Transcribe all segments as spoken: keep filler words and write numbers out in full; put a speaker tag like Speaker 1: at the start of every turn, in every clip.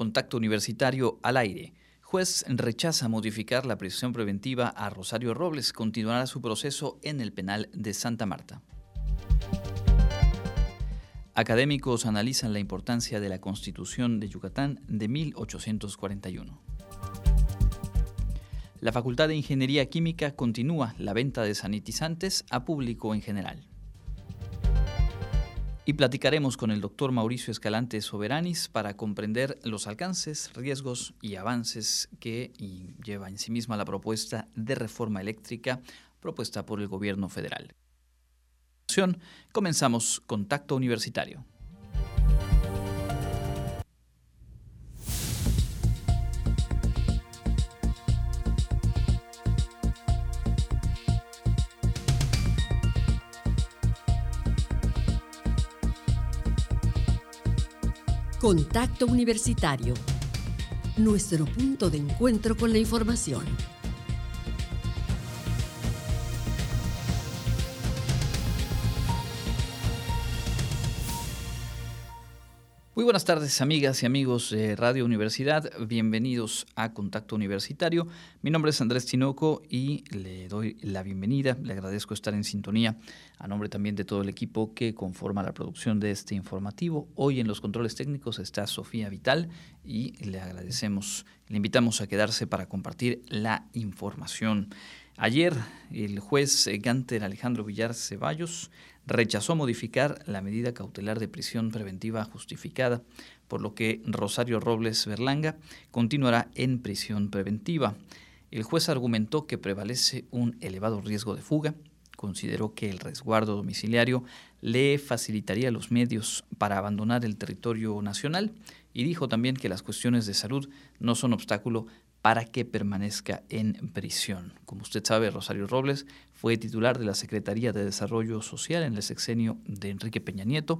Speaker 1: Contacto Universitario al aire. Juez rechaza modificar la prisión preventiva a Rosario Robles. Continuará su proceso en el penal de Santa Marta. Académicos analizan la importancia de la Constitución de Yucatán de mil ochocientos cuarenta y uno. La Facultad de Ingeniería Química continúa la venta de sanitizantes a público en general. Y platicaremos con el doctor Mauricio Escalante Soberanis para comprender los alcances, riesgos y avances que lleva en sí misma la propuesta de reforma eléctrica propuesta por el gobierno federal. Comenzamos Contacto Universitario.
Speaker 2: Contacto Universitario, nuestro punto de encuentro con la información.
Speaker 1: Muy buenas tardes, amigas y amigos de Radio Universidad. Bienvenidos a Contacto Universitario. Mi nombre es Andrés Tinoco y le doy la bienvenida. Le agradezco estar en sintonía a nombre también de todo el equipo que conforma la producción de este informativo. Hoy en los controles técnicos está Sofía Vital y le agradecemos, le invitamos a quedarse para compartir la información. Ayer, el juez Gánter Alejandro Villar Ceballos rechazó modificar la medida cautelar de prisión preventiva justificada, por lo que Rosario Robles Berlanga continuará en prisión preventiva. El juez argumentó que prevalece un elevado riesgo de fuga, consideró que el resguardo domiciliario le facilitaría los medios para abandonar el territorio nacional y dijo también que las cuestiones de salud no son obstáculo para que permanezca en prisión. Como usted sabe, Rosario Robles fue titular de la Secretaría de Desarrollo Social en el sexenio de Enrique Peña Nieto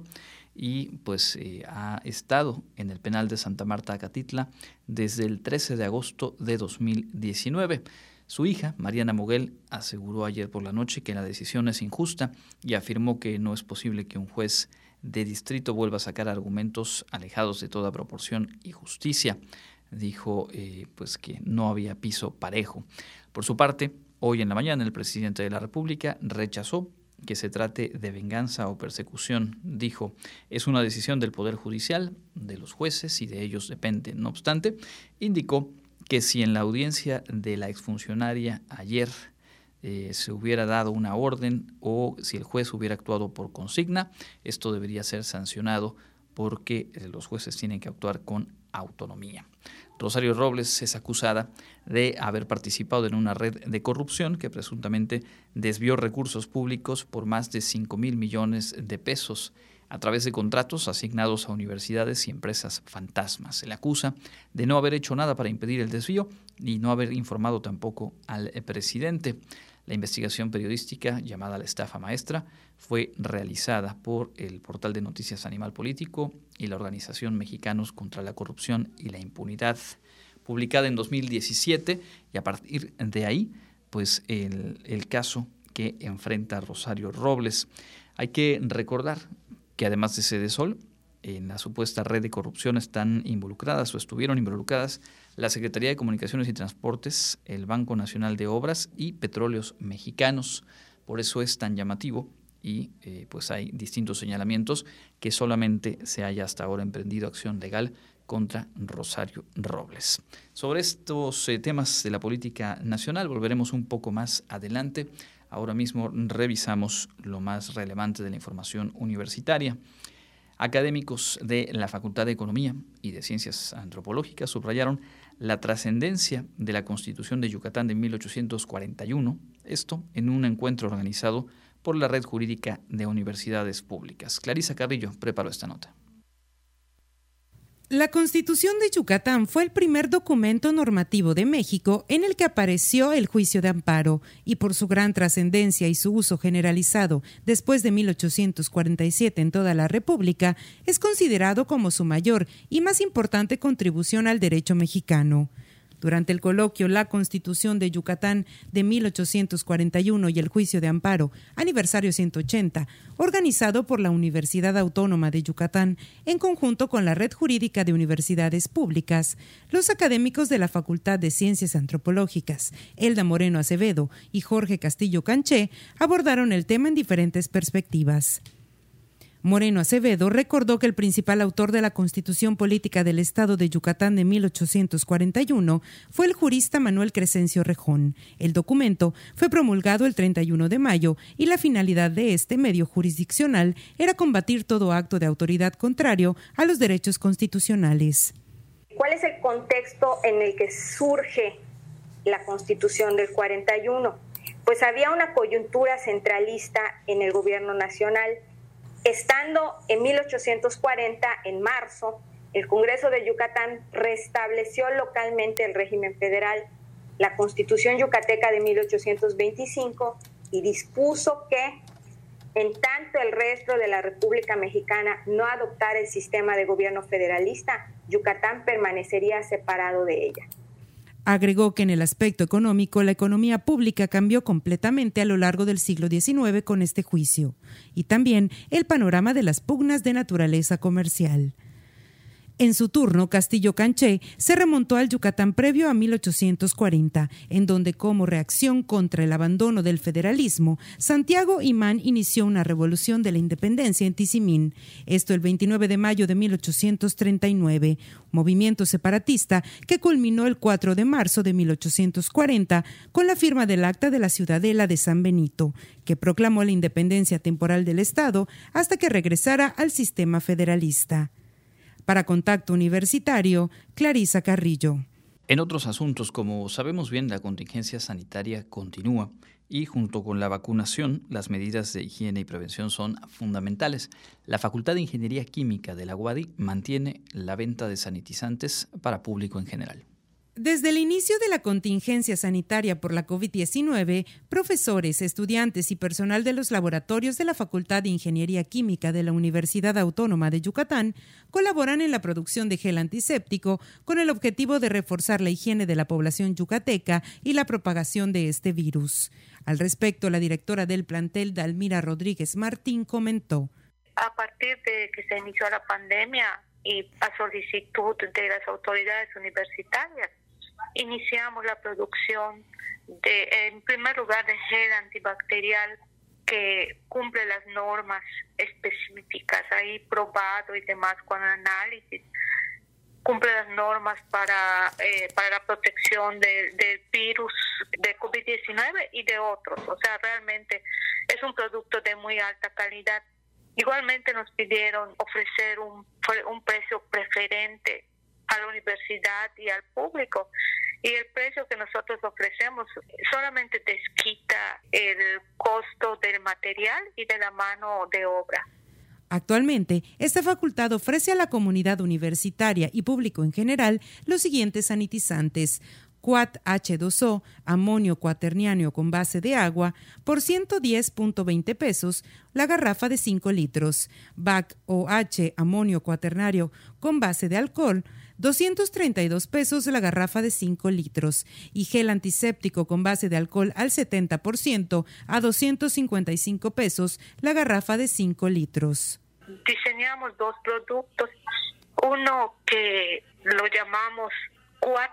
Speaker 1: y pues eh, ha estado en el penal de Santa Marta, Acatitla, desde el trece de agosto de dos mil diecinueve. Su hija, Mariana Moguel, aseguró ayer por la noche que la decisión es injusta y afirmó que no es posible que un juez de distrito vuelva a sacar argumentos alejados de toda proporción y justicia. Dijo eh, pues que no había piso parejo. Por su parte, hoy en la mañana el presidente de la República rechazó que se trate de venganza o persecución. Dijo, es una decisión del Poder Judicial, de los jueces y de ellos depende. No obstante, indicó que si en la audiencia de la exfuncionaria ayer eh, se hubiera dado una orden o si el juez hubiera actuado por consigna, esto debería ser sancionado porque los jueces tienen que actuar con autonomía. Rosario Robles es acusada de haber participado en una red de corrupción que presuntamente desvió recursos públicos por más de cinco mil millones de pesos a través de contratos asignados a universidades y empresas fantasmas. Se le acusa de no haber hecho nada para impedir el desvío y no haber informado tampoco al presidente. La investigación periodística llamada La Estafa Maestra fue realizada por el portal de noticias Animal Político y la organización Mexicanos contra la Corrupción y la Impunidad, publicada en dos mil diecisiete, y a partir de ahí, pues el, el caso que enfrenta Rosario Robles. Hay que recordar que además de Sedesol, en la supuesta red de corrupción están involucradas o estuvieron involucradas la Secretaría de Comunicaciones y Transportes, el Banco Nacional de Obras y Petróleos Mexicanos. Por eso es tan llamativo y eh, pues hay distintos señalamientos que solamente se haya hasta ahora emprendido acción legal contra Rosario Robles. Sobre estos eh, temas de la política nacional volveremos un poco más adelante. Ahora mismo revisamos lo más relevante de la información universitaria. Académicos de la Facultad de Economía y de Ciencias Antropológicas subrayaron la trascendencia de la Constitución de Yucatán de mil ochocientos cuarenta y uno, esto en un encuentro organizado por la Red Jurídica de Universidades Públicas. Clarisa Carrillo preparó esta nota.
Speaker 3: La Constitución de Yucatán fue el primer documento normativo de México en el que apareció el juicio de amparo y por su gran trascendencia y su uso generalizado después de mil ochocientos cuarenta y siete en toda la República, es considerado como su mayor y más importante contribución al derecho mexicano. Durante el coloquio La Constitución de Yucatán de mil ochocientos cuarenta y uno y el Juicio de Amparo, aniversario ciento ochenta, organizado por la Universidad Autónoma de Yucatán en conjunto con la Red Jurídica de Universidades Públicas, los académicos de la Facultad de Ciencias Antropológicas, Elda Moreno Acevedo y Jorge Castillo Canché, abordaron el tema en diferentes perspectivas. Moreno Acevedo recordó que el principal autor de la Constitución Política del Estado de Yucatán de mil ochocientos cuarenta y uno fue el jurista Manuel Crescencio Rejón. El documento fue promulgado el treinta y uno de mayo y la finalidad de este medio jurisdiccional era combatir todo acto de autoridad contrario a los derechos constitucionales.
Speaker 4: ¿Cuál es el contexto en el que surge la Constitución del cuarenta y uno? Pues había una coyuntura centralista en el gobierno nacional. Estando en mil ochocientos cuarenta, en marzo, el Congreso de Yucatán restableció localmente el régimen federal, la Constitución yucateca de mil ochocientos veinticinco, y dispuso que, en tanto el resto de la República Mexicana no adoptara el sistema de gobierno federalista, Yucatán permanecería separado de ella.
Speaker 3: Agregó que en el aspecto económico, la economía pública cambió completamente a lo largo del siglo diecinueve con este juicio, y también el panorama de las pugnas de naturaleza comercial. En su turno, Castillo Canché se remontó al Yucatán previo a mil ochocientos cuarenta, en donde, como reacción contra el abandono del federalismo, Santiago Imán inició una revolución de la independencia en Tizimín. Esto el veintinueve de mayo de mil ochocientos treinta y nueve, movimiento separatista que culminó el cuatro de marzo de mil ochocientos cuarenta con la firma del Acta de la Ciudadela de San Benito, que proclamó la independencia temporal del Estado hasta que regresara al sistema federalista. Para Contacto Universitario, Clarisa Carrillo.
Speaker 1: En otros asuntos, como sabemos bien, la contingencia sanitaria continúa y junto con la vacunación, las medidas de higiene y prevención son fundamentales. La Facultad de Ingeniería Química de la U A D Y mantiene la venta de sanitizantes para público en general.
Speaker 3: Desde el inicio de la contingencia sanitaria por la COVID diecinueve, profesores, estudiantes y personal de los laboratorios de la Facultad de Ingeniería Química de la Universidad Autónoma de Yucatán colaboran en la producción de gel antiséptico con el objetivo de reforzar la higiene de la población yucateca y la propagación de este virus. Al respecto, la directora del plantel, Dalmira Rodríguez Martín, comentó:
Speaker 5: A partir de que se inició la pandemia y a solicitud de las autoridades universitarias, iniciamos la producción de, en primer lugar, de gel antibacterial que cumple las normas específicas, ahí probado y demás con análisis, cumple las normas para eh, para la protección del de virus de COVID diecinueve y de otros. O sea, realmente es un producto de muy alta calidad. Igualmente nos pidieron ofrecer un, un precio preferente a la universidad y al público, y el precio que nosotros ofrecemos solamente desquita el costo del material y de la mano de obra.
Speaker 3: Actualmente, esta facultad ofrece a la comunidad universitaria y público en general los siguientes sanitizantes: Quat H dos O, amonio cuaternario con base de agua, por ciento diez punto veinte pesos, la garrafa de cinco litros. B A C O H, amonio cuaternario con base de alcohol, doscientos treinta y dos pesos la garrafa de cinco litros. Y gel antiséptico con base de alcohol al setenta por ciento a doscientos cincuenta y cinco pesos la garrafa de cinco litros.
Speaker 5: Diseñamos dos productos, uno que lo llamamos Quat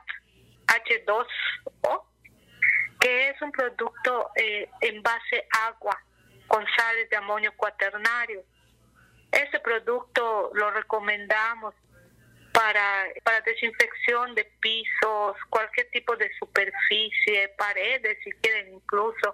Speaker 5: H dos O, que es un producto eh, en base agua con sales de amonio cuaternario. Este producto lo recomendamos para, para desinfección de pisos, cualquier tipo de superficie, paredes si quieren incluso.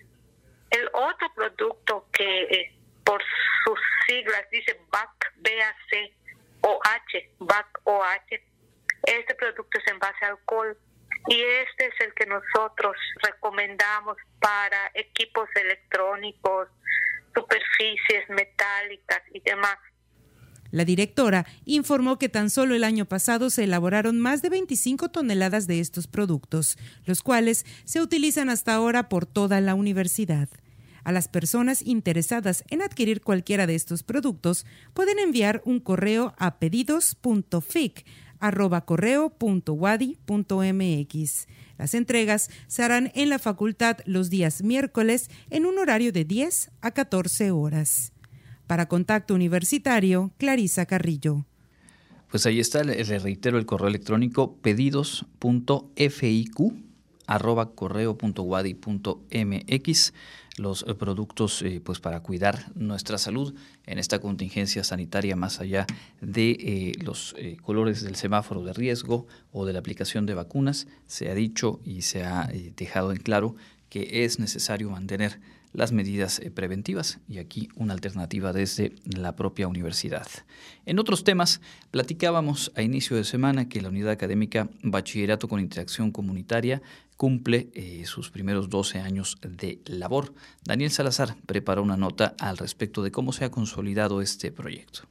Speaker 5: El otro producto que eh, por sus siglas dice B A C, B A C O H, B A C O H, este producto es en base a alcohol y este es el que nosotros recomendamos para equipos electrónicos, superficies metálicas y demás.
Speaker 3: La directora informó que tan solo el año pasado se elaboraron más de veinticinco toneladas de estos productos, los cuales se utilizan hasta ahora por toda la universidad. A las personas interesadas en adquirir cualquiera de estos productos pueden enviar un correo a pedidos punto fic arroba correo punto wadi punto mx. Las entregas se harán en la facultad los días miércoles en un horario de diez a catorce horas. Para Contacto Universitario, Clarisa Carrillo.
Speaker 1: Pues ahí está, le, le reitero el correo electrónico pedidos punto fiq arroba correo punto wadi punto mx. Los eh, productos eh, pues para cuidar nuestra salud en esta contingencia sanitaria, más allá de eh, los eh, colores del semáforo de riesgo o de la aplicación de vacunas. Se ha dicho y se ha eh, dejado en claro que es necesario mantener las medidas eh, preventivas, y aquí una alternativa desde la propia universidad. En otros temas, platicábamos a inicio de semana que la unidad académica Bachillerato con Interacción Comunitaria cumple eh, sus primeros doce años de labor. Daniel Salazar preparó una nota al respecto de cómo se ha consolidado este proyecto.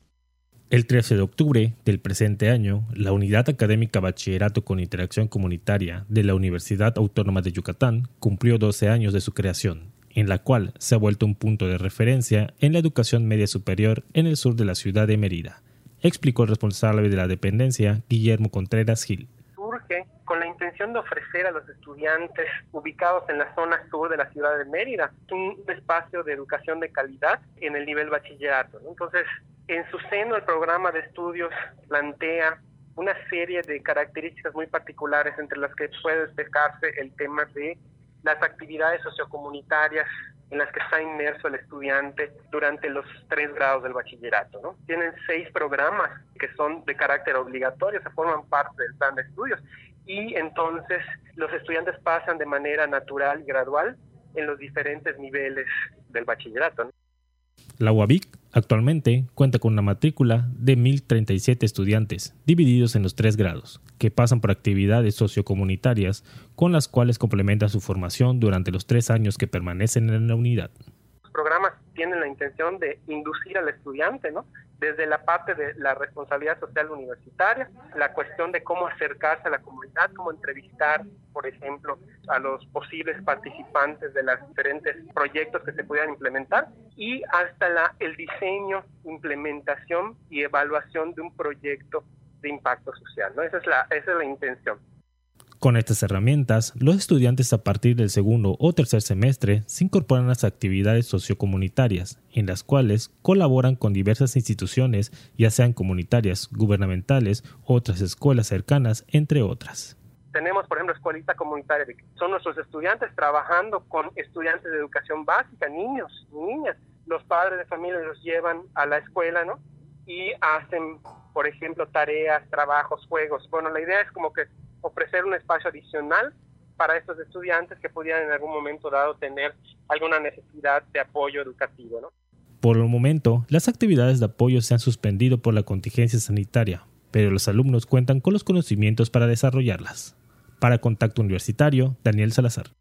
Speaker 6: El trece de octubre del presente año, la Unidad Académica Bachillerato con Interacción Comunitaria de la Universidad Autónoma de Yucatán cumplió doce años de su creación, en la cual se ha vuelto un punto de referencia en la educación media superior en el sur de la ciudad de Mérida, explicó el responsable de la dependencia, Guillermo Contreras Gil.
Speaker 7: Surge con la intención de ofrecer a los estudiantes ubicados en la zona sur de la ciudad de Mérida un espacio de educación de calidad en el nivel bachillerato, ¿no? Entonces, en su seno, el programa de estudios plantea una serie de características muy particulares, entre las que puede destacarse el tema de las actividades sociocomunitarias en las que está inmerso el estudiante durante los tres grados del bachillerato, ¿no? Tienen seis programas que son de carácter obligatorio, se forman parte del plan de estudios, y entonces los estudiantes pasan de manera natural y gradual en los diferentes niveles del bachillerato, ¿no?
Speaker 6: La U A B I C actualmente cuenta con una matrícula de mil treinta y siete estudiantes, divididos en los tres grados, que pasan por actividades sociocomunitarias con las cuales complementa su formación durante los tres años que permanecen en la unidad.
Speaker 7: Los programas tienen la intención de inducir al estudiante, ¿no? Desde la parte de la responsabilidad social universitaria, la cuestión de cómo acercarse a la comunidad, cómo entrevistar, por ejemplo, a los posibles participantes de los diferentes proyectos que se pudieran implementar, y hasta la, el diseño, implementación y evaluación de un proyecto de impacto social, ¿no? Esa es la, esa es la intención.
Speaker 6: Con estas herramientas, los estudiantes a partir del segundo o tercer semestre se incorporan a las actividades sociocomunitarias, en las cuales colaboran con diversas instituciones, ya sean comunitarias, gubernamentales, otras escuelas cercanas, entre otras.
Speaker 7: Tenemos, por ejemplo, Escuelita Comunitaria. Son nuestros estudiantes trabajando con estudiantes de educación básica, niños y niñas. Los padres de familia los llevan a la escuela, ¿no? Y hacen, por ejemplo, tareas, trabajos, juegos. Bueno, la idea es como que ofrecer un espacio adicional para estos estudiantes que pudieran en algún momento dado tener alguna necesidad de apoyo educativo, ¿no?
Speaker 6: Por el momento, las actividades de apoyo se han suspendido por la contingencia sanitaria, pero los alumnos cuentan con los conocimientos para desarrollarlas. Para Contacto Universitario, Daniel Salazar.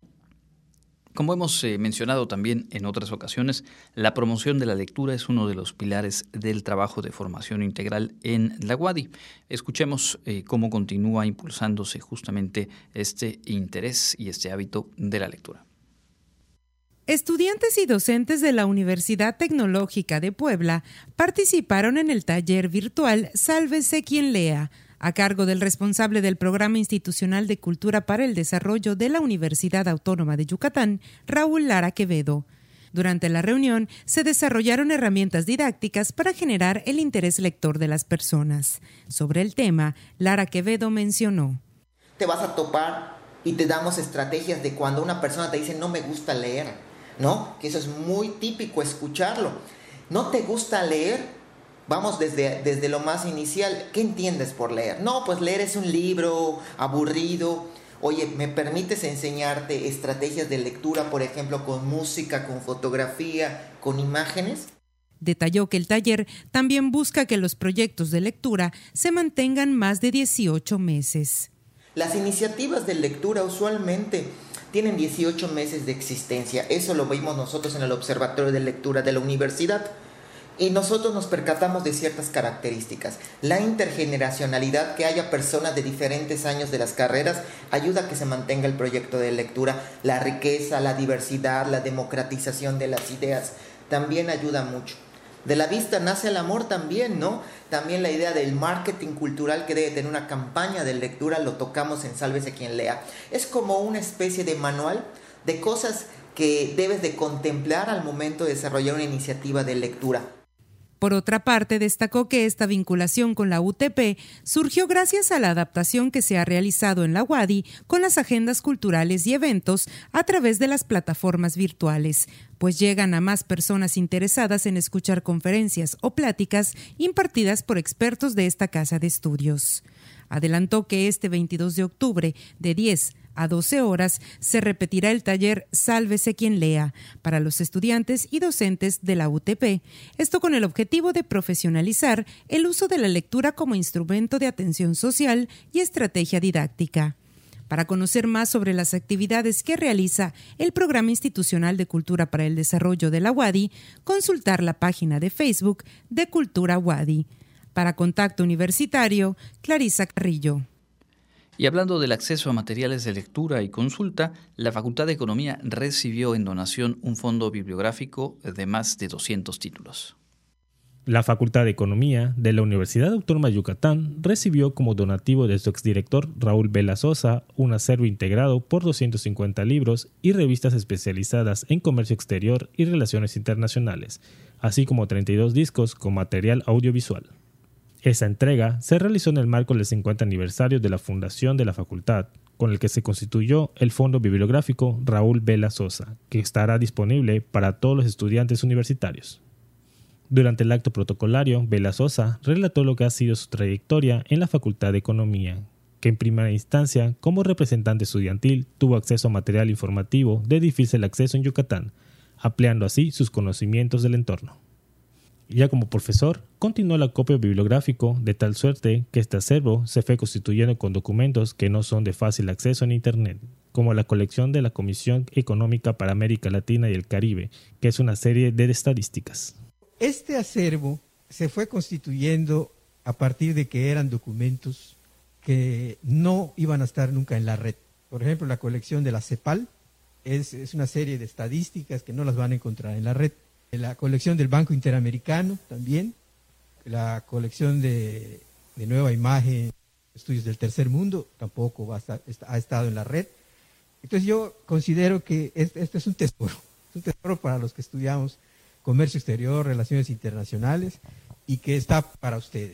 Speaker 1: Como hemos eh, mencionado también en otras ocasiones, la promoción de la lectura es uno de los pilares del trabajo de formación integral en la U A D I. Escuchemos eh, cómo continúa impulsándose justamente este interés y este hábito de la lectura.
Speaker 3: Estudiantes y docentes de la Universidad Tecnológica de Puebla participaron en el taller virtual Sálvese quien lea, a cargo del responsable del Programa Institucional de Cultura para el Desarrollo de la Universidad Autónoma de Yucatán, Raúl Lara Quevedo. Durante la reunión se desarrollaron herramientas didácticas para generar el interés lector de las personas. Sobre el tema, Lara Quevedo mencionó:
Speaker 8: Te vas a topar y te damos estrategias de cuando una persona te dice no me gusta leer, ¿no? Que eso es muy típico escucharlo. ¿No te gusta leer? Vamos desde, desde lo más inicial. ¿Qué entiendes por leer? No, pues leer es un libro aburrido. Oye, ¿me permites enseñarte estrategias de lectura, por ejemplo, con música, con fotografía, con imágenes?
Speaker 3: Detalló que el taller también busca que los proyectos de lectura se mantengan más de dieciocho meses.
Speaker 8: Las iniciativas de lectura usualmente tienen dieciocho meses de existencia. Eso lo vimos nosotros en el Observatorio de Lectura de la universidad. Y nosotros nos percatamos de ciertas características. La intergeneracionalidad, que haya personas de diferentes años de las carreras, ayuda a que se mantenga el proyecto de lectura. La riqueza, la diversidad, la democratización de las ideas también ayuda mucho. De la vista nace el amor también, ¿no? También la idea del marketing cultural que debe tener una campaña de lectura, lo tocamos en Sálvese quien lea. Es como una especie de manual de cosas que debes de contemplar al momento de desarrollar una iniciativa de lectura.
Speaker 3: Por otra parte, destacó que esta vinculación con la U T P surgió gracias a la adaptación que se ha realizado en la U A D Y con las agendas culturales y eventos a través de las plataformas virtuales, pues llegan a más personas interesadas en escuchar conferencias o pláticas impartidas por expertos de esta casa de estudios. Adelantó que este veintidós de octubre, de diez a doce horas, se repetirá el taller Sálvese quien lea para los estudiantes y docentes de la U T P, esto con el objetivo de profesionalizar el uso de la lectura como instrumento de atención social y estrategia didáctica. Para conocer más sobre las actividades que realiza el Programa Institucional de Cultura para el Desarrollo de la U A D Y, consultar la página de Facebook de Cultura U A D Y. Para Contacto Universitario, Clarisa Carrillo.
Speaker 1: Y hablando del acceso a materiales de lectura y consulta, la Facultad de Economía recibió en donación un fondo bibliográfico de más de doscientos títulos.
Speaker 6: La Facultad de Economía de la Universidad Autónoma de Yucatán recibió como donativo de su exdirector Raúl Vela Sosa un acervo integrado por doscientos cincuenta libros y revistas especializadas en comercio exterior y relaciones internacionales, así como treinta y dos discos con material audiovisual. Esa entrega se realizó en el marco del cincuenta aniversario de la fundación de la facultad, con el que se constituyó el Fondo Bibliográfico Raúl Vela Sosa, que estará disponible para todos los estudiantes universitarios. Durante el acto protocolario, Vela Sosa relató lo que ha sido su trayectoria en la Facultad de Economía, que en primera instancia, como representante estudiantil, tuvo acceso a material informativo de difícil acceso en Yucatán, ampliando así sus conocimientos del entorno. Ya como profesor, continuó el acopio bibliográfico de tal suerte que este acervo se fue constituyendo con documentos que no son de fácil acceso en Internet, como la colección de la Comisión Económica para América Latina y el Caribe, que es una serie de estadísticas.
Speaker 9: Este acervo se fue constituyendo a partir de que eran documentos que no iban a estar nunca en la red. Por ejemplo, la colección de la CEPAL es, es una serie de estadísticas que no las van a encontrar en la red. La colección del Banco Interamericano también, la colección de, de Nueva Imagen, Estudios del Tercer Mundo, tampoco va a estar, está, ha estado en la red. Entonces yo considero que este, este es un tesoro, es un tesoro para los que estudiamos comercio exterior, relaciones internacionales, y que está para ustedes.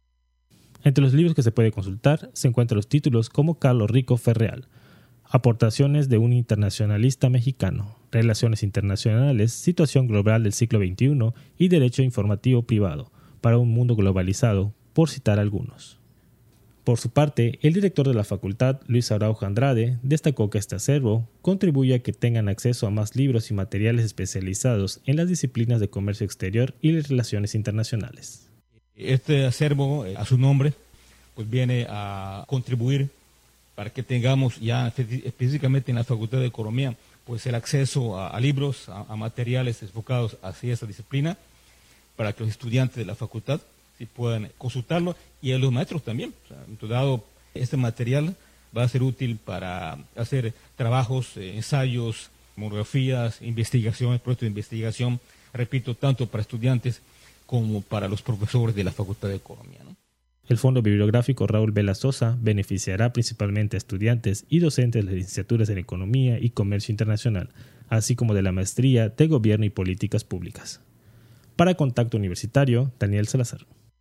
Speaker 6: Entre los libros que se puede consultar se encuentran los títulos como Carlos Rico Ferreal, Aportaciones de un internacionalista mexicano, Relaciones internacionales, Situación global del siglo veintiuno y Derecho informativo privado para un mundo globalizado, por citar algunos. Por su parte, el director de la facultad, Luis Araujo Andrade, destacó que este acervo contribuye a que tengan acceso a más libros y materiales especializados en las disciplinas de comercio exterior y relaciones internacionales.
Speaker 10: Este acervo, a su nombre, pues viene a contribuir para que tengamos ya específicamente en la Facultad de Economía pues el acceso a, a libros, a, a materiales enfocados hacia esa disciplina, para que los estudiantes de la facultad sí puedan consultarlo, y a los maestros también. O sea, en todo dado, este material va a ser útil para hacer trabajos, eh, ensayos, monografías, investigaciones, proyectos de investigación, repito, tanto para estudiantes como para los profesores de la Facultad de Economía, ¿no?
Speaker 6: El Fondo Bibliográfico Raúl Vela Sosa beneficiará principalmente a estudiantes y docentes de las licenciaturas en Economía y Comercio Internacional, así como de la Maestría de Gobierno y Políticas Públicas. Para Contacto Universitario, Daniel Salazar.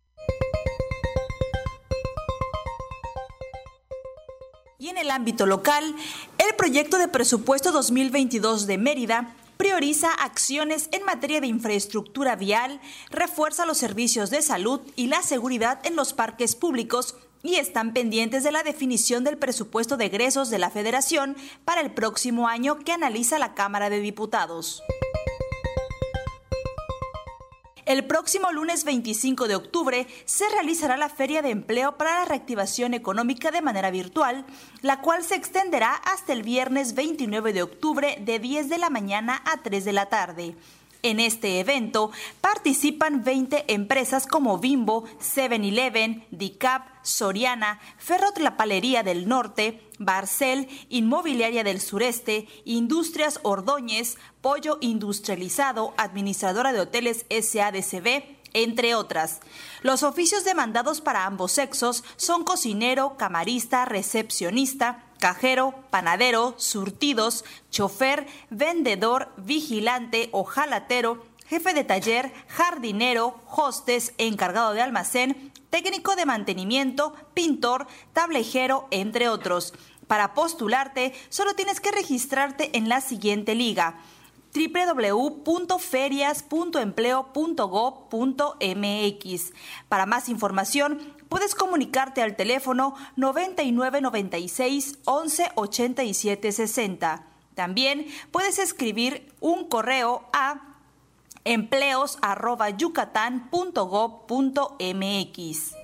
Speaker 11: Y en el ámbito local, el proyecto de presupuesto dos mil veintidós de Mérida prioriza acciones en materia de infraestructura vial, refuerza los servicios de salud y la seguridad en los parques públicos y están pendientes de la definición del presupuesto de egresos de la Federación para el próximo año que analiza la Cámara de Diputados. El próximo lunes veinticinco de octubre se realizará la Feria de Empleo para la Reactivación Económica de manera virtual, la cual se extenderá hasta el viernes veintinueve de octubre de diez de la mañana a tres de la tarde. En este evento participan veinte empresas como Bimbo, seven eleven, D I C A P, Soriana, Ferrotlapalería del Norte, Barcel, Inmobiliaria del Sureste, Industrias Ordóñez, Pollo Industrializado, Administradora de Hoteles S A D C B, entre otras. Los oficios demandados para ambos sexos son cocinero, camarista, recepcionista, cajero, panadero, surtidos, chofer, vendedor, vigilante, ojalatero, jefe de taller, jardinero, hostes, encargado de almacén, técnico de mantenimiento, pintor, tablejero, entre otros. Para postularte, solo tienes que registrarte en la siguiente liga: doble u doble u doble u punto ferias punto empleo punto gob punto m x. Para más información, puedes comunicarte al teléfono noventa y nueve noventa y seis once ochenta y siete sesenta. También puedes escribir un correo a empleos arroba yucatán punto gob punto m x.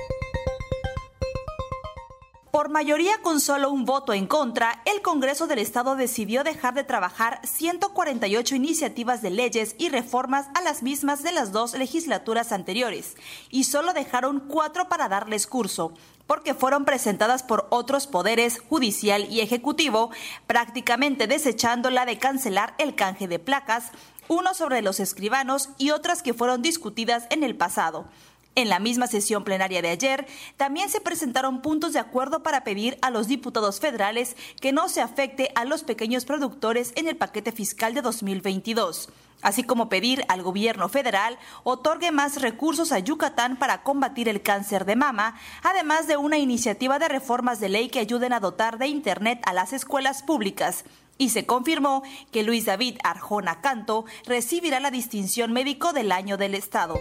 Speaker 11: Por mayoría con solo un voto en contra, el Congreso del Estado decidió dejar de trabajar ciento cuarenta y ocho iniciativas de leyes y reformas a las mismas de las dos legislaturas anteriores, y solo dejaron cuatro para darles curso, porque fueron presentadas por otros poderes judicial y ejecutivo, prácticamente desechando la de cancelar el canje de placas, uno sobre los escribanos y otras que fueron discutidas en el pasado. En la misma sesión plenaria de ayer, también se presentaron puntos de acuerdo para pedir a los diputados federales que no se afecte a los pequeños productores en el paquete fiscal de dos mil veintidós, así como pedir al gobierno federal otorgue más recursos a Yucatán para combatir el cáncer de mama, además de una iniciativa de reformas de ley que ayuden a dotar de Internet a las escuelas públicas. Y se confirmó que Luis David Arjona Canto recibirá la distinción médico del año del Estado.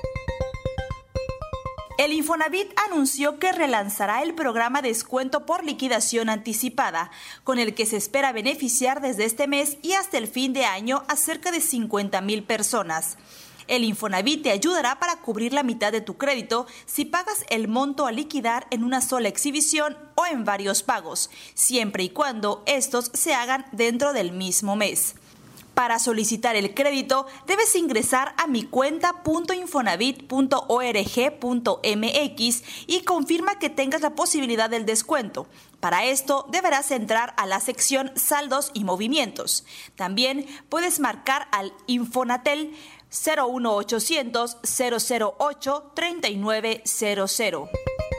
Speaker 11: El Infonavit anunció que relanzará el programa Descuento por Liquidación Anticipada, con el que se espera beneficiar desde este mes y hasta el fin de año a cerca de cincuenta mil personas. El Infonavit te ayudará para cubrir la mitad de tu crédito si pagas el monto a liquidar en una sola exhibición o en varios pagos, siempre y cuando estos se hagan dentro del mismo mes. Para solicitar el crédito, debes ingresar a mi cuenta punto infonavit punto org punto m x y confirma que tengas la posibilidad del descuento. Para esto, deberás entrar a la sección Saldos y Movimientos. También puedes marcar al Infonatel cero uno ochocientos cero cero ocho treinta y nueve cero cero.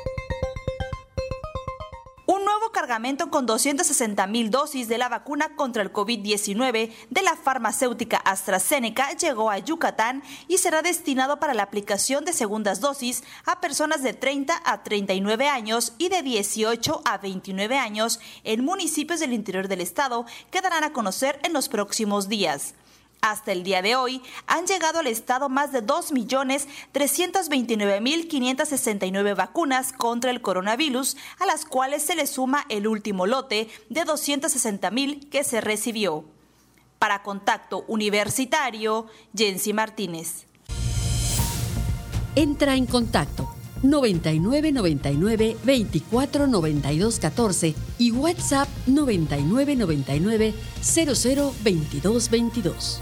Speaker 11: Un nuevo cargamento con doscientas sesenta mil dosis de la vacuna contra el COVID diecinueve de la farmacéutica AstraZeneca llegó a Yucatán y será destinado para la aplicación de segundas dosis a personas de treinta a treinta y nueve años y de dieciocho a veintinueve años en municipios del interior del estado que darán a conocer en los próximos días. Hasta el día de hoy, han llegado al estado más de dos millones trescientos veintinueve mil quinientos sesenta y nueve vacunas contra el coronavirus, a las cuales se le suma el último lote de doscientos sesenta mil que se recibió. Para Contacto Universitario, Jensi Martínez.
Speaker 2: Entra en contacto noventa y nueve noventa y nueve veinticuatro noventa y dos catorce y WhatsApp noventa y nueve noventa y nueve cero cero veintidós veintidós.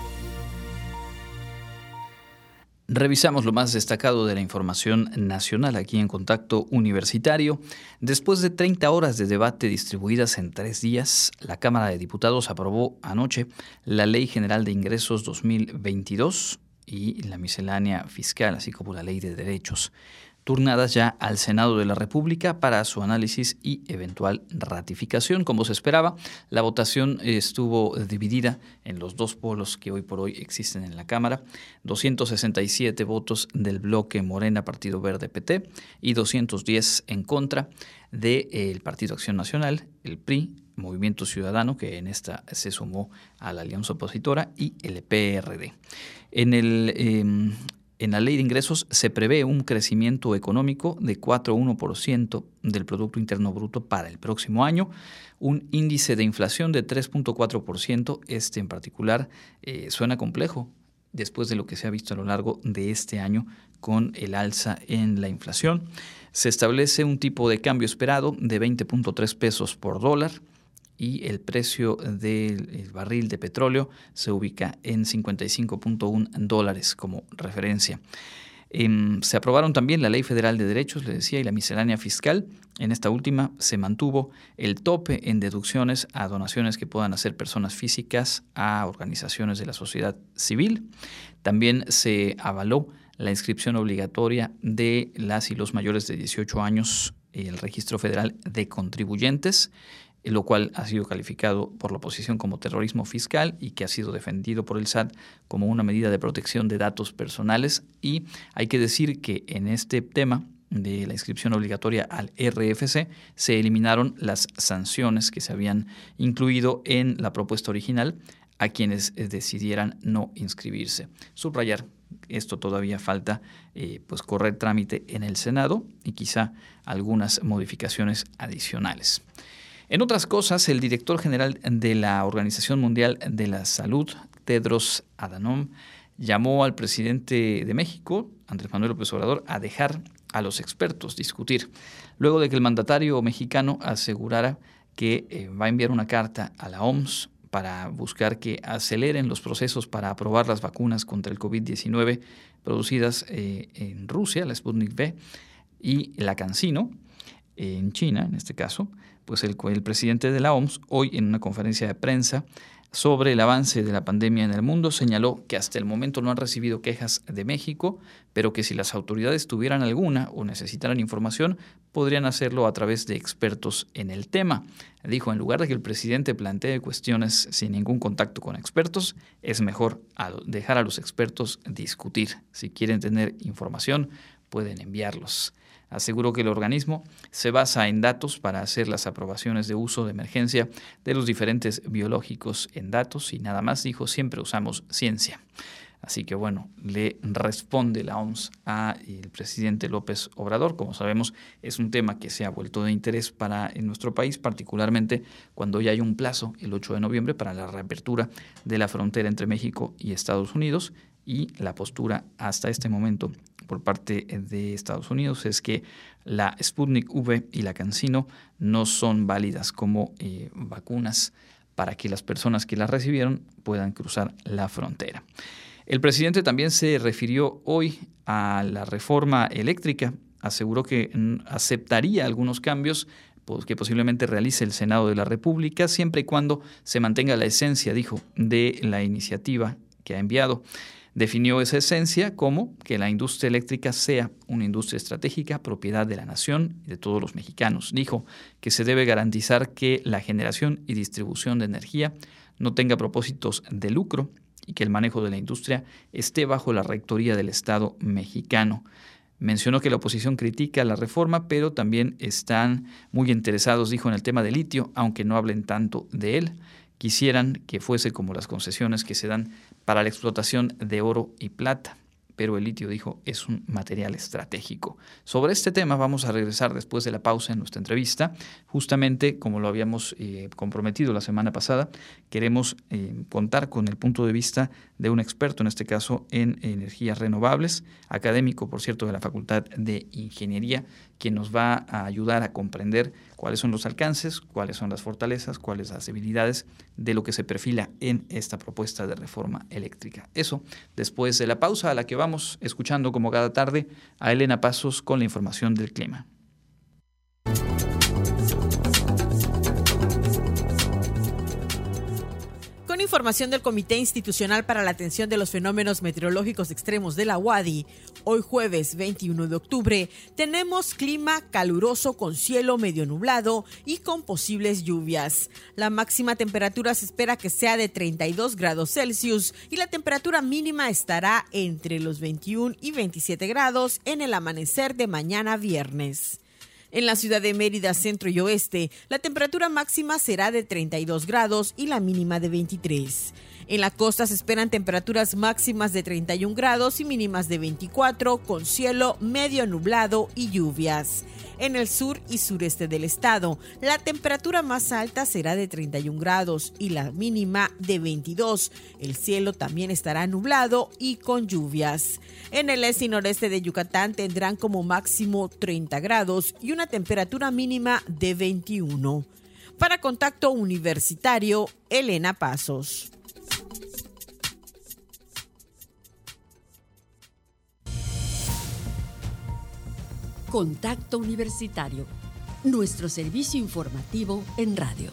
Speaker 1: Revisamos lo más destacado de la información nacional aquí en Contacto Universitario. Después de treinta horas de debate distribuidas en tres días, la Cámara de Diputados aprobó anoche la Ley General de Ingresos dos mil veintidós y la miscelánea fiscal, así como la Ley de Derechos, turnadas ya al Senado de la República para su análisis y eventual ratificación. Como se esperaba, la votación estuvo dividida en los dos polos que hoy por hoy existen en la Cámara: doscientos sesenta y siete votos del bloque Morena, Partido Verde, P T, y doscientos diez en contra del Partido Acción Nacional, el P R I, Movimiento Ciudadano, que en esta se sumó a la alianza opositora, y el P R D. En el... Eh, En la Ley de Ingresos se prevé un crecimiento económico de cuatro coma uno por ciento del Producto Interno Bruto para el próximo año, un índice de inflación de tres punto cuatro por ciento. Este en particular eh, suena complejo después de lo que se ha visto a lo largo de este año con el alza en la inflación. Se establece un tipo de cambio esperado de veinte punto tres pesos por dólar, y el precio del barril de petróleo se ubica en cincuenta y cinco punto uno dólares como referencia. Eh, se aprobaron también la Ley Federal de Derechos, le decía, y la miscelánea fiscal. En esta última se mantuvo el tope en deducciones a donaciones que puedan hacer personas físicas a organizaciones de la sociedad civil. También se avaló la inscripción obligatoria de las y los mayores de dieciocho años en el Registro Federal de Contribuyentes, lo cual ha sido calificado por la oposición como terrorismo fiscal y que ha sido defendido por el S A T como una medida de protección de datos personales. Y hay que decir que en este tema de la inscripción obligatoria al R F C se eliminaron las sanciones que se habían incluido en la propuesta original a quienes decidieran no inscribirse. Subrayar, esto todavía falta eh, pues correr trámite en el Senado y quizá algunas modificaciones adicionales. En otras cosas, el director general de la Organización Mundial de la Salud, Tedros Adhanom, llamó al presidente de México, Andrés Manuel López Obrador, a dejar a los expertos discutir, luego de que el mandatario mexicano asegurara que eh, va a enviar una carta a la O M S para buscar que aceleren los procesos para aprobar las vacunas contra el COVID diecinueve producidas eh, en Rusia, la Sputnik V, y la CanSino, eh, en China en este caso. Pues el, el presidente de la O M S, hoy en una conferencia de prensa sobre el avance de la pandemia en el mundo, señaló que hasta el momento no han recibido quejas de México, pero que si las autoridades tuvieran alguna o necesitaran información, podrían hacerlo a través de expertos en el tema. Dijo, en lugar de que el presidente plantee cuestiones sin ningún contacto con expertos, es mejor dejar a los expertos discutir. Si quieren tener información, pueden enviarlos. Aseguró que el organismo se basa en datos para hacer las aprobaciones de uso de emergencia de los diferentes biológicos en datos y nada más. Dijo, siempre usamos ciencia. Así que bueno, le responde la O M S al presidente López Obrador. Como sabemos, es un tema que se ha vuelto de interés para en nuestro país, particularmente cuando ya hay un plazo, el ocho de noviembre, para la reapertura de la frontera entre México y Estados Unidos. Y la postura hasta este momento por parte de Estados Unidos es que la Sputnik V y la CanSino no son válidas como eh, vacunas para que las personas que las recibieron puedan cruzar la frontera. El presidente también se refirió hoy a la reforma eléctrica. Aseguró que aceptaría algunos cambios que posiblemente realice el Senado de la República, siempre y cuando se mantenga la esencia, dijo, de la iniciativa que ha enviado. Definió esa esencia como que la industria eléctrica sea una industria estratégica, propiedad de la nación y de todos los mexicanos. Dijo que se debe garantizar que la generación y distribución de energía no tenga propósitos de lucro y que el manejo de la industria esté bajo la rectoría del Estado mexicano. Mencionó que la oposición critica la reforma, pero también están muy interesados, dijo, en el tema del litio, aunque no hablen tanto de él. Quisieran que fuese como las concesiones que se dan para la explotación de oro y plata, pero el litio, dijo, es un material estratégico. Sobre este tema vamos a regresar después de la pausa en nuestra entrevista. Justamente, como lo habíamos eh, comprometido la semana pasada, queremos eh, contar con el punto de vista de un experto, en este caso en energías renovables, académico, por cierto, de la Facultad de Ingeniería, quien nos va a ayudar a comprender cuáles son los alcances, cuáles son las fortalezas, cuáles las debilidades de lo que se perfila en esta propuesta de reforma eléctrica. Eso después de la pausa, a la que vamos escuchando como cada tarde a Elena Pasos con la información del clima.
Speaker 12: Con información del Comité Institucional para la Atención de los Fenómenos Meteorológicos Extremos de la U A D I, hoy jueves veintiuno de octubre, tenemos clima caluroso con cielo medio nublado y con posibles lluvias. La máxima temperatura se espera que sea de treinta y dos grados Celsius y la temperatura mínima estará entre los veintiuno y veintisiete grados en el amanecer de mañana viernes. En la ciudad de Mérida, centro y oeste, la temperatura máxima será de treinta y dos grados y la mínima de veintitrés. En la costa se esperan temperaturas máximas de treinta y un grados y mínimas de veinticuatro, con cielo medio nublado y lluvias. En el sur y sureste del estado, la temperatura más alta será de treinta y un grados y la mínima de veintidós. El cielo también estará nublado y con lluvias. En el este y noreste de Yucatán tendrán como máximo treinta grados y una temperatura mínima de veintiuno. Para Contacto Universitario, Elena Pasos.
Speaker 2: Contacto Universitario, nuestro servicio informativo en radio.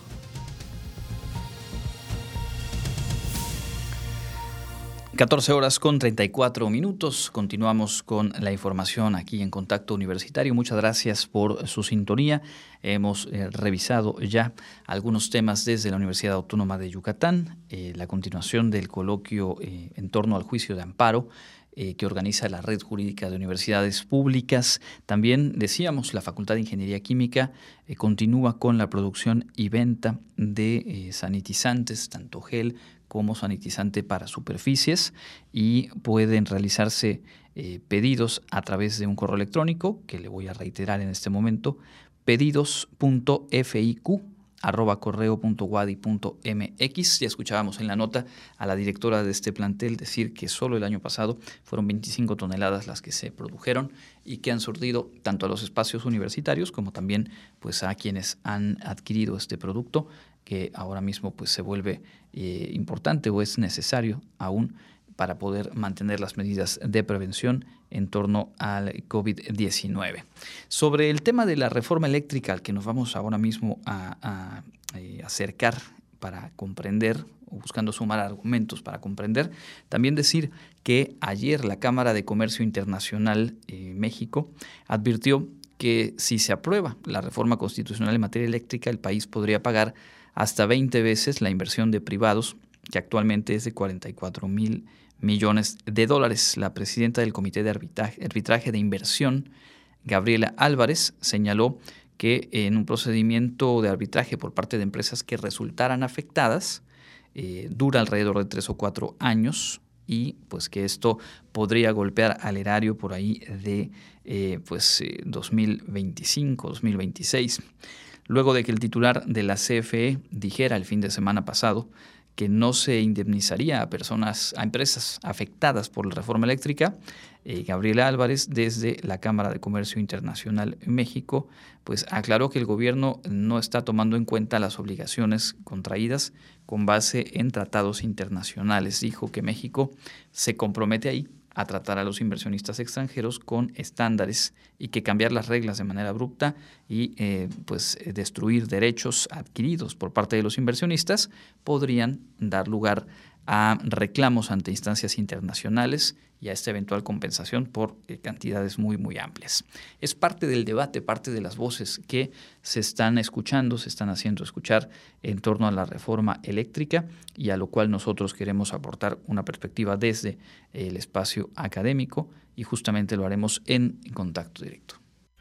Speaker 1: catorce horas con treinta y cuatro minutos. Continuamos con la información aquí en Contacto Universitario. Muchas gracias por su sintonía. Hemos eh, revisado ya algunos temas desde la Universidad Autónoma de Yucatán, eh, la continuación del coloquio eh, en torno al juicio de amparo eh, que organiza la Red Jurídica de Universidades Públicas. También decíamos, la Facultad de Ingeniería Química eh, continúa con la producción y venta de eh, sanitizantes, tanto gel como sanitizante para superficies, y pueden realizarse eh, pedidos a través de un correo electrónico que le voy a reiterar en este momento: pedidos punto fiq arroba correo punto wadi punto mx. Ya escuchábamos en la nota a la directora de este plantel decir que solo el año pasado fueron veinticinco toneladas las que se produjeron y que han surtido tanto a los espacios universitarios como también pues a quienes han adquirido este producto, que ahora mismo pues se vuelve eh, importante o es necesario aún para poder mantener las medidas de prevención en torno al covid diecinueve. Sobre el tema de la reforma eléctrica al que nos vamos ahora mismo a, a, a acercar para comprender, o buscando sumar argumentos para comprender, también decir que ayer la Cámara de Comercio Internacional eh, México advirtió que si se aprueba la reforma constitucional en materia eléctrica, el país podría pagar hasta veinte veces la inversión de privados, que actualmente es de cuarenta y cuatro mil millones de dólares. La presidenta del Comité de Arbitraje, Arbitraje de Inversión, Gabriela Álvarez, señaló que en un procedimiento de arbitraje por parte de empresas que resultaran afectadas, eh, dura alrededor de tres o cuatro años, y pues que esto podría golpear al erario por ahí de eh, pues, eh, dos mil veinticinco, dos mil veintiséis. Luego de que el titular de la C F E dijera el fin de semana pasado que no se indemnizaría a personas, a empresas afectadas por la reforma eléctrica, eh, Gabriela Álvarez, desde la Cámara de Comercio Internacional en México, pues aclaró que el gobierno no está tomando en cuenta las obligaciones contraídas con base en tratados internacionales. Dijo que México se compromete ahí a tratar a los inversionistas extranjeros con estándares y que cambiar las reglas de manera abrupta y eh, pues destruir derechos adquiridos por parte de los inversionistas podrían dar lugar a reclamos ante instancias internacionales y a esta eventual compensación por eh, cantidades muy, muy amplias. Es parte del debate, parte de las voces que se están escuchando, se están haciendo escuchar en torno a la reforma eléctrica, y a lo cual nosotros queremos aportar una perspectiva desde el espacio académico, y justamente lo haremos en, en Contacto Directo.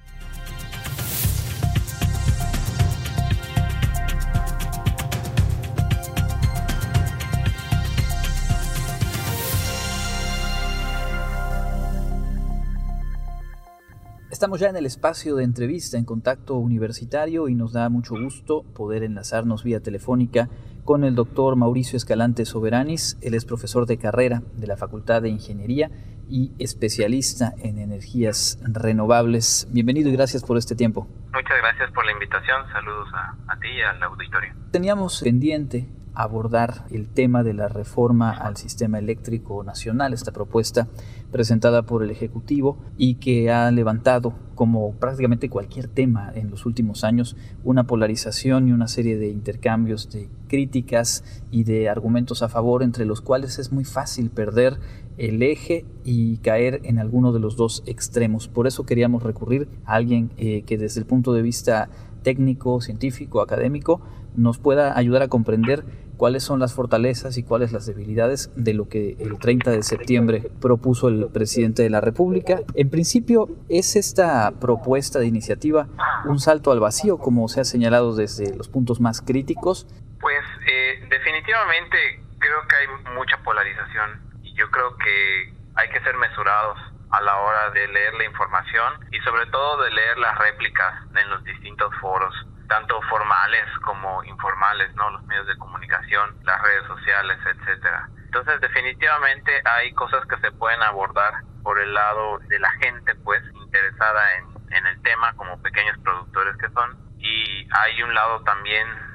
Speaker 1: Estamos ya en el espacio de entrevista en Contacto Universitario y nos da mucho gusto poder enlazarnos vía telefónica con el doctor Mauricio Escalante Soberanis. Él es profesor de carrera de la Facultad de Ingeniería y especialista en energías renovables. Bienvenido y gracias por este tiempo.
Speaker 13: Muchas gracias por la invitación. Saludos a, a ti y al auditorio.
Speaker 1: Teníamos pendiente abordar el tema de la reforma al sistema eléctrico nacional, esta propuesta presentada por el Ejecutivo y que ha levantado, como prácticamente cualquier tema en los últimos años, una polarización y una serie de intercambios de críticas y de argumentos a favor, entre los cuales es muy fácil perder el eje y caer en alguno de los dos extremos. Por eso queríamos recurrir a alguien eh, que desde el punto de vista técnico, científico, académico, nos pueda ayudar a comprender cuáles son las fortalezas y cuáles las debilidades de lo que el treinta de septiembre propuso el presidente de la República. En principio, ¿es esta propuesta de iniciativa un salto al vacío, como se ha señalado desde los puntos más críticos?
Speaker 13: Pues eh, definitivamente creo que hay mucha polarización y yo creo que hay que ser mesurados a la hora de leer la información y sobre todo de leer las réplicas en los distintos foros, tanto formales como informales, ¿no? Los medios de comunicación, las redes sociales, etcétera. Entonces, definitivamente hay cosas que se pueden abordar por el lado de la gente, pues, interesada en, en el tema, como pequeños productores que son, y hay un lado también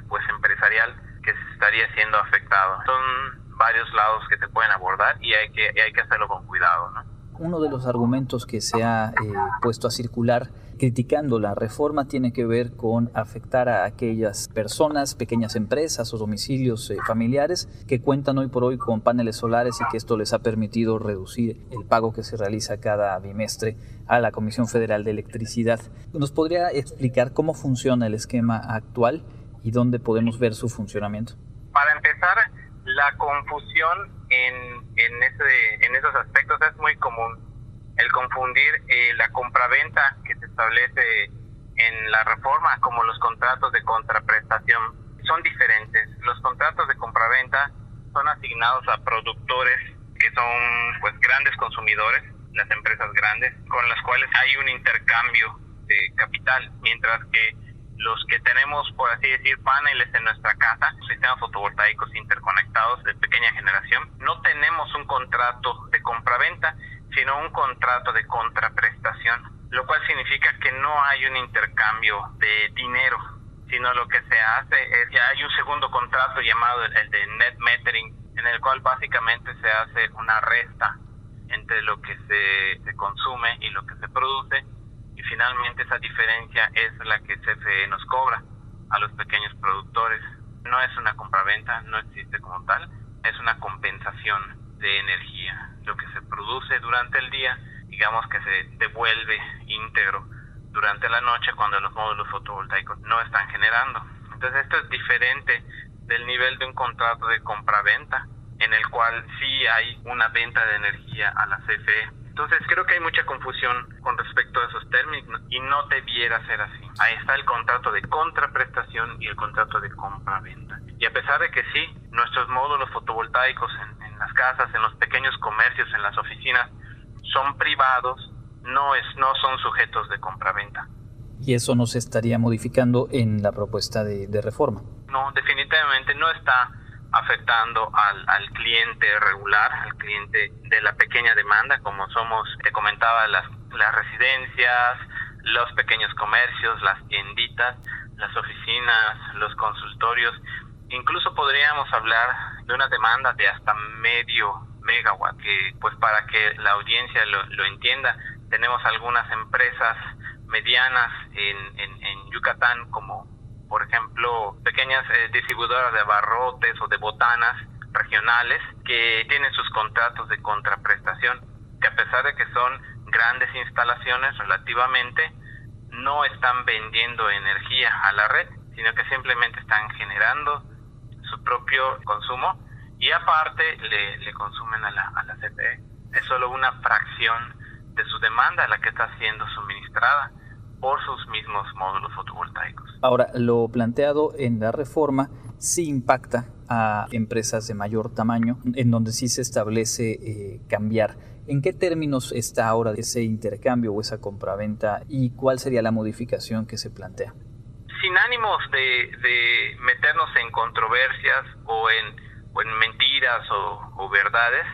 Speaker 13: pues empresarial que se estaría siendo afectado. Son varios lados que se pueden abordar y hay que, hay que hacerlo con cuidado, ¿no?
Speaker 1: Uno de los argumentos que se ha eh, puesto a circular criticando la reforma tiene que ver con afectar a aquellas personas, pequeñas empresas o domicilios eh, familiares que cuentan hoy por hoy con paneles solares y que esto les ha permitido reducir el pago que se realiza cada bimestre a la Comisión Federal de Electricidad. ¿Nos podría explicar cómo funciona el esquema actual y dónde podemos ver su funcionamiento?
Speaker 13: Para empezar, la confusión en, en, ese, en esos aspectos es muy común. El confundir eh, la compraventa que se establece en la reforma como los contratos de contraprestación son diferentes. Los contratos de compraventa son asignados a productores que son pues grandes consumidores, las empresas grandes, con las cuales hay un intercambio de capital, mientras que los que tenemos, por así decir, paneles en nuestra casa, sistemas fotovoltaicos interconectados de pequeña generación, no tenemos un contrato de compraventa, sino un contrato de contraprestación, lo cual significa que no hay un intercambio de dinero, sino lo que se hace es que hay un segundo contrato llamado el de net metering, en el cual básicamente se hace una resta entre lo que se, se consume y lo que se produce, y finalmente esa diferencia es la que C F E nos cobra a los pequeños productores. No es una compraventa, no existe como tal, es una compensación de energía. Lo que se produce durante el día, digamos que se devuelve íntegro durante la noche cuando los módulos fotovoltaicos no están generando. Entonces esto es diferente del nivel de un contrato de compraventa, en el cual sí hay una venta de energía a la C F E. Entonces creo que hay mucha confusión con respecto a esos términos y no debiera ser así. Ahí está el contrato de contraprestación y el contrato de compraventa. Y a pesar de que sí, nuestros módulos fotovoltaicos en, en las casas, en los pequeños comercios, en las oficinas, son privados, no, es, no son sujetos de compraventa.
Speaker 1: ¿Y eso no se estaría modificando en la propuesta de, de reforma?
Speaker 13: No, definitivamente no está afectando al, al cliente regular, al cliente de la pequeña demanda, como somos, te comentaba, las, las residencias, los pequeños comercios, las tienditas, las oficinas, los consultorios. Incluso podríamos hablar de una demanda de hasta medio megawatt, que pues para que la audiencia lo, lo entienda, tenemos algunas empresas medianas en, en, en Yucatán, como por ejemplo pequeñas eh, distribuidoras de abarrotes o de botanas regionales que tienen sus contratos de contraprestación, que a pesar de que son grandes instalaciones relativamente, no están vendiendo energía a la red, sino que simplemente están generando su propio consumo y aparte le, le consumen a la, a la C F E. Es solo una fracción de su demanda la que está siendo suministrada por sus mismos módulos fotovoltaicos.
Speaker 1: Ahora, lo planteado en la reforma sí impacta a empresas de mayor tamaño, en donde sí se establece eh, cambiar. ¿En qué términos está ahora ese intercambio o esa compraventa y cuál sería la modificación que se plantea?
Speaker 13: Sin ánimos de, de meternos en controversias o en, o en mentiras o, o verdades,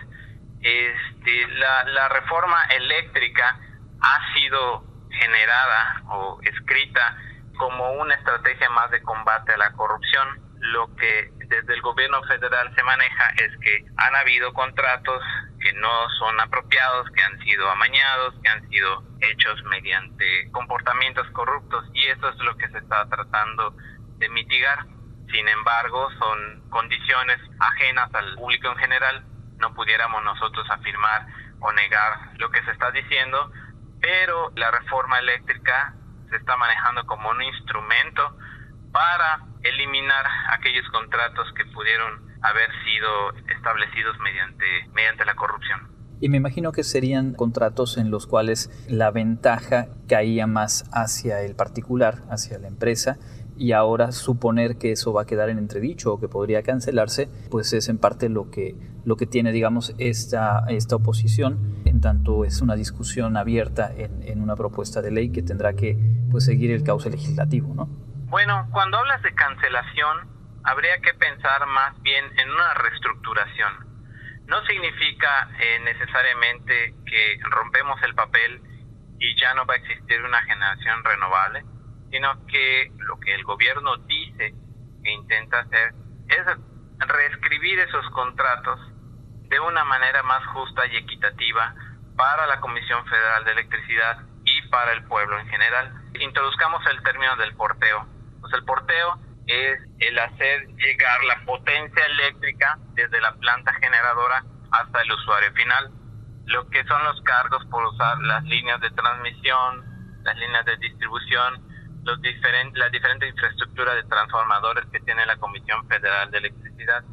Speaker 13: este, la, la reforma eléctrica ha sido generada o escrita como una estrategia más de combate a la corrupción. Lo que desde el gobierno federal se maneja es que han habido contratos que no son apropiados, que han sido amañados, que han sido hechos mediante comportamientos corruptos, y eso es lo que se está tratando de mitigar. Sin embargo, son condiciones ajenas al público en general. No pudiéramos nosotros afirmar o negar lo que se está diciendo, pero la reforma eléctrica se está manejando como un instrumento para eliminar aquellos contratos que pudieron haber sido establecidos mediante, mediante la corrupción.
Speaker 1: Y me imagino que serían contratos en los cuales la ventaja caía más hacia el particular, hacia la empresa, y ahora suponer que eso va a quedar en entredicho o que podría cancelarse, pues es en parte lo que, lo que tiene, digamos, esta, esta oposición, en tanto es una discusión abierta en, en una propuesta de ley que tendrá que pues, seguir el cauce legislativo, ¿no?
Speaker 13: Bueno, cuando hablas de cancelación, habría que pensar más bien en una reestructuración. No significa eh, necesariamente que rompemos el papel y ya no va a existir una generación renovable, sino que lo que el gobierno dice que intenta hacer es reescribir esos contratos de una manera más justa y equitativa para la Comisión Federal de Electricidad y para el pueblo en general. Introduzcamos el término del porteo. Pues el porteo es el hacer llegar la potencia eléctrica desde la planta generadora hasta el usuario final. Lo que son los cargos por usar las líneas de transmisión, las líneas de distribución, los diferentes, la diferente infraestructura de transformadores que tiene la Comisión Federal de Electricidad.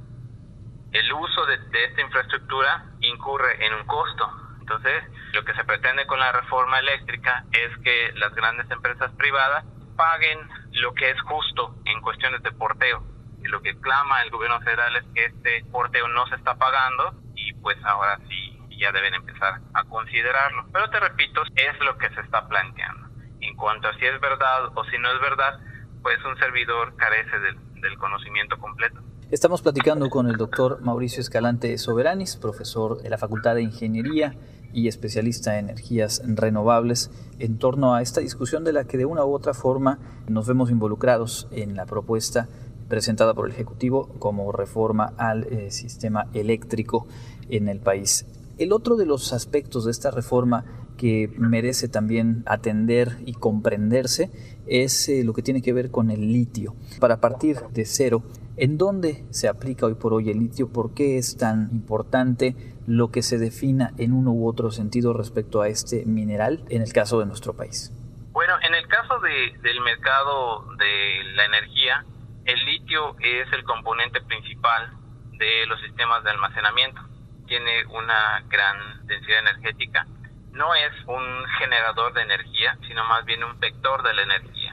Speaker 13: El uso de, de esta infraestructura incurre en un costo. Entonces, lo que se pretende con la reforma eléctrica es que las grandes empresas privadas paguen lo que es justo en cuestiones de porteo. Y lo que clama el gobierno federal es que este porteo no se está pagando y pues ahora sí ya deben empezar a considerarlo. Pero te repito, es lo que se está planteando. En cuanto a si es verdad o si no es verdad, pues un servidor carece del, del conocimiento completo.
Speaker 1: Estamos platicando con el doctor Mauricio Escalante Soberanis, profesor de la Facultad de Ingeniería y especialista en energías renovables, en torno a esta discusión de la que de una u otra forma nos vemos involucrados en la propuesta presentada por el Ejecutivo como reforma al eh, sistema eléctrico en el país. El otro de los aspectos de esta reforma que merece también atender y comprenderse es eh, lo que tiene que ver con el litio. Para partir de cero, ¿en dónde se aplica hoy por hoy el litio? ¿Por qué es tan importante lo que se defina en uno u otro sentido respecto a este mineral en el caso de nuestro país?
Speaker 13: Bueno, en el caso de, del mercado de la energía, el litio es el componente principal de los sistemas de almacenamiento. Tiene una gran densidad energética. No es un generador de energía, sino más bien un vector de la energía.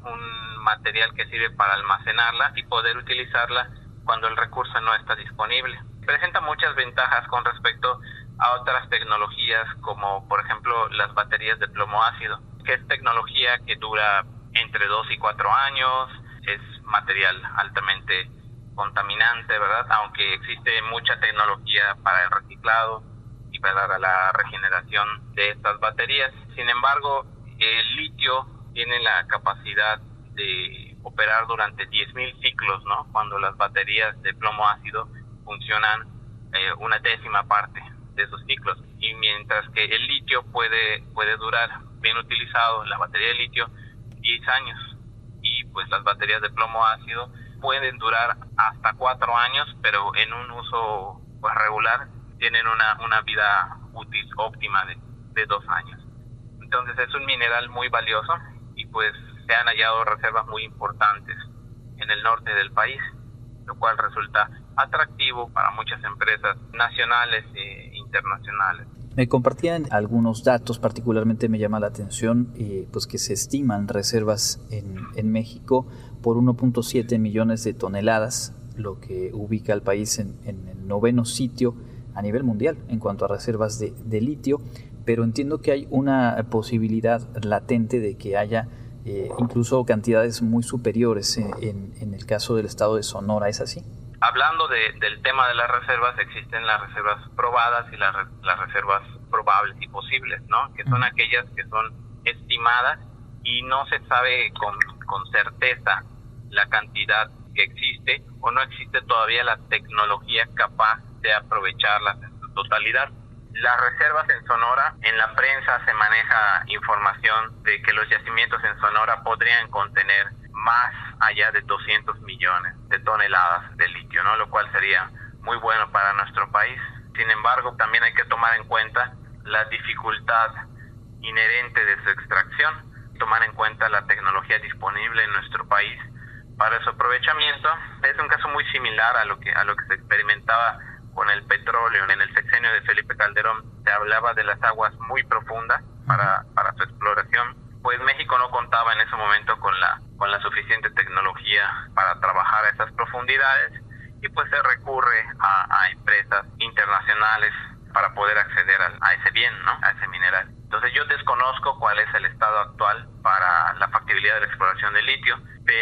Speaker 13: Un material que sirve para almacenarla y poder utilizarla cuando el recurso no está disponible. Presenta muchas ventajas con respecto a otras tecnologías, como por ejemplo las baterías de plomo ácido, que es tecnología que dura entre dos y cuatro años, es material altamente contaminante, ¿verdad? Aunque existe mucha tecnología para el reciclado y para la regeneración de estas baterías. Sin embargo, el litio tiene la capacidad de operar durante diez mil ciclos, ¿no? Cuando las baterías de plomo ácido funcionan eh, una décima parte de esos ciclos. Y mientras que el litio puede, puede durar, bien utilizado, la batería de litio, diez años. Y pues las baterías de plomo ácido pueden durar hasta cuatro años, pero en un uso pues, regular tienen una, una vida útil óptima de, de dos años. Entonces es un mineral muy valioso y pues se han hallado reservas muy importantes en el norte del país, lo cual resulta atractivo para muchas empresas nacionales e internacionales.
Speaker 1: Me compartían algunos datos, particularmente me llama la atención eh, pues que se estiman reservas en, en México por uno punto siete millones de toneladas, lo que ubica al país en, en el noveno sitio a nivel mundial en cuanto a reservas de, de litio, pero entiendo que hay una posibilidad latente de que haya eh, incluso cantidades muy superiores en, en, en el caso del estado de Sonora, ¿es así?
Speaker 13: Hablando de, del tema de las reservas, existen las reservas probadas y las, las reservas probables y posibles, ¿no? Que son aquellas que son estimadas y no se sabe con, con certeza la cantidad que existe o no existe todavía la tecnología capaz de aprovecharlas en su totalidad. Las reservas en Sonora, en la prensa se maneja información de que los yacimientos en Sonora podrían contener más allá de doscientos millones de toneladas de litio, ¿no? Lo cual sería muy bueno para nuestro país. Sin embargo, también hay que tomar en cuenta la dificultad inherente de su extracción, tomar en cuenta la tecnología disponible en nuestro país para su aprovechamiento. Es un caso muy similar a lo que a lo que se experimentaba con el petróleo en el sexenio de Felipe Calderón. Se hablaba de las aguas muy profundas para, para su exploración. Pues México no contaba en ese momento con la con la suficiente tecnología para trabajar a esas profundidades y pues se recurre a, a empresas internacionales para poder acceder a, a ese bien, ¿no? A ese mineral. Entonces yo desconozco cuál es el estado actual para la factibilidad de la exploración de litio,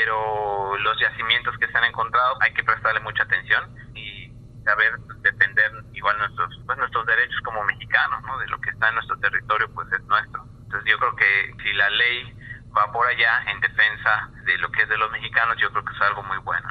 Speaker 13: pero los yacimientos que se han encontrado hay que prestarle mucha atención y saber defender igual nuestros pues nuestros derechos como mexicanos, ¿no? De lo que está en nuestro territorio pues es nuestro. Entonces yo creo que si la ley va por allá en defensa de lo que es de los mexicanos, yo creo que es algo muy bueno, ¿no?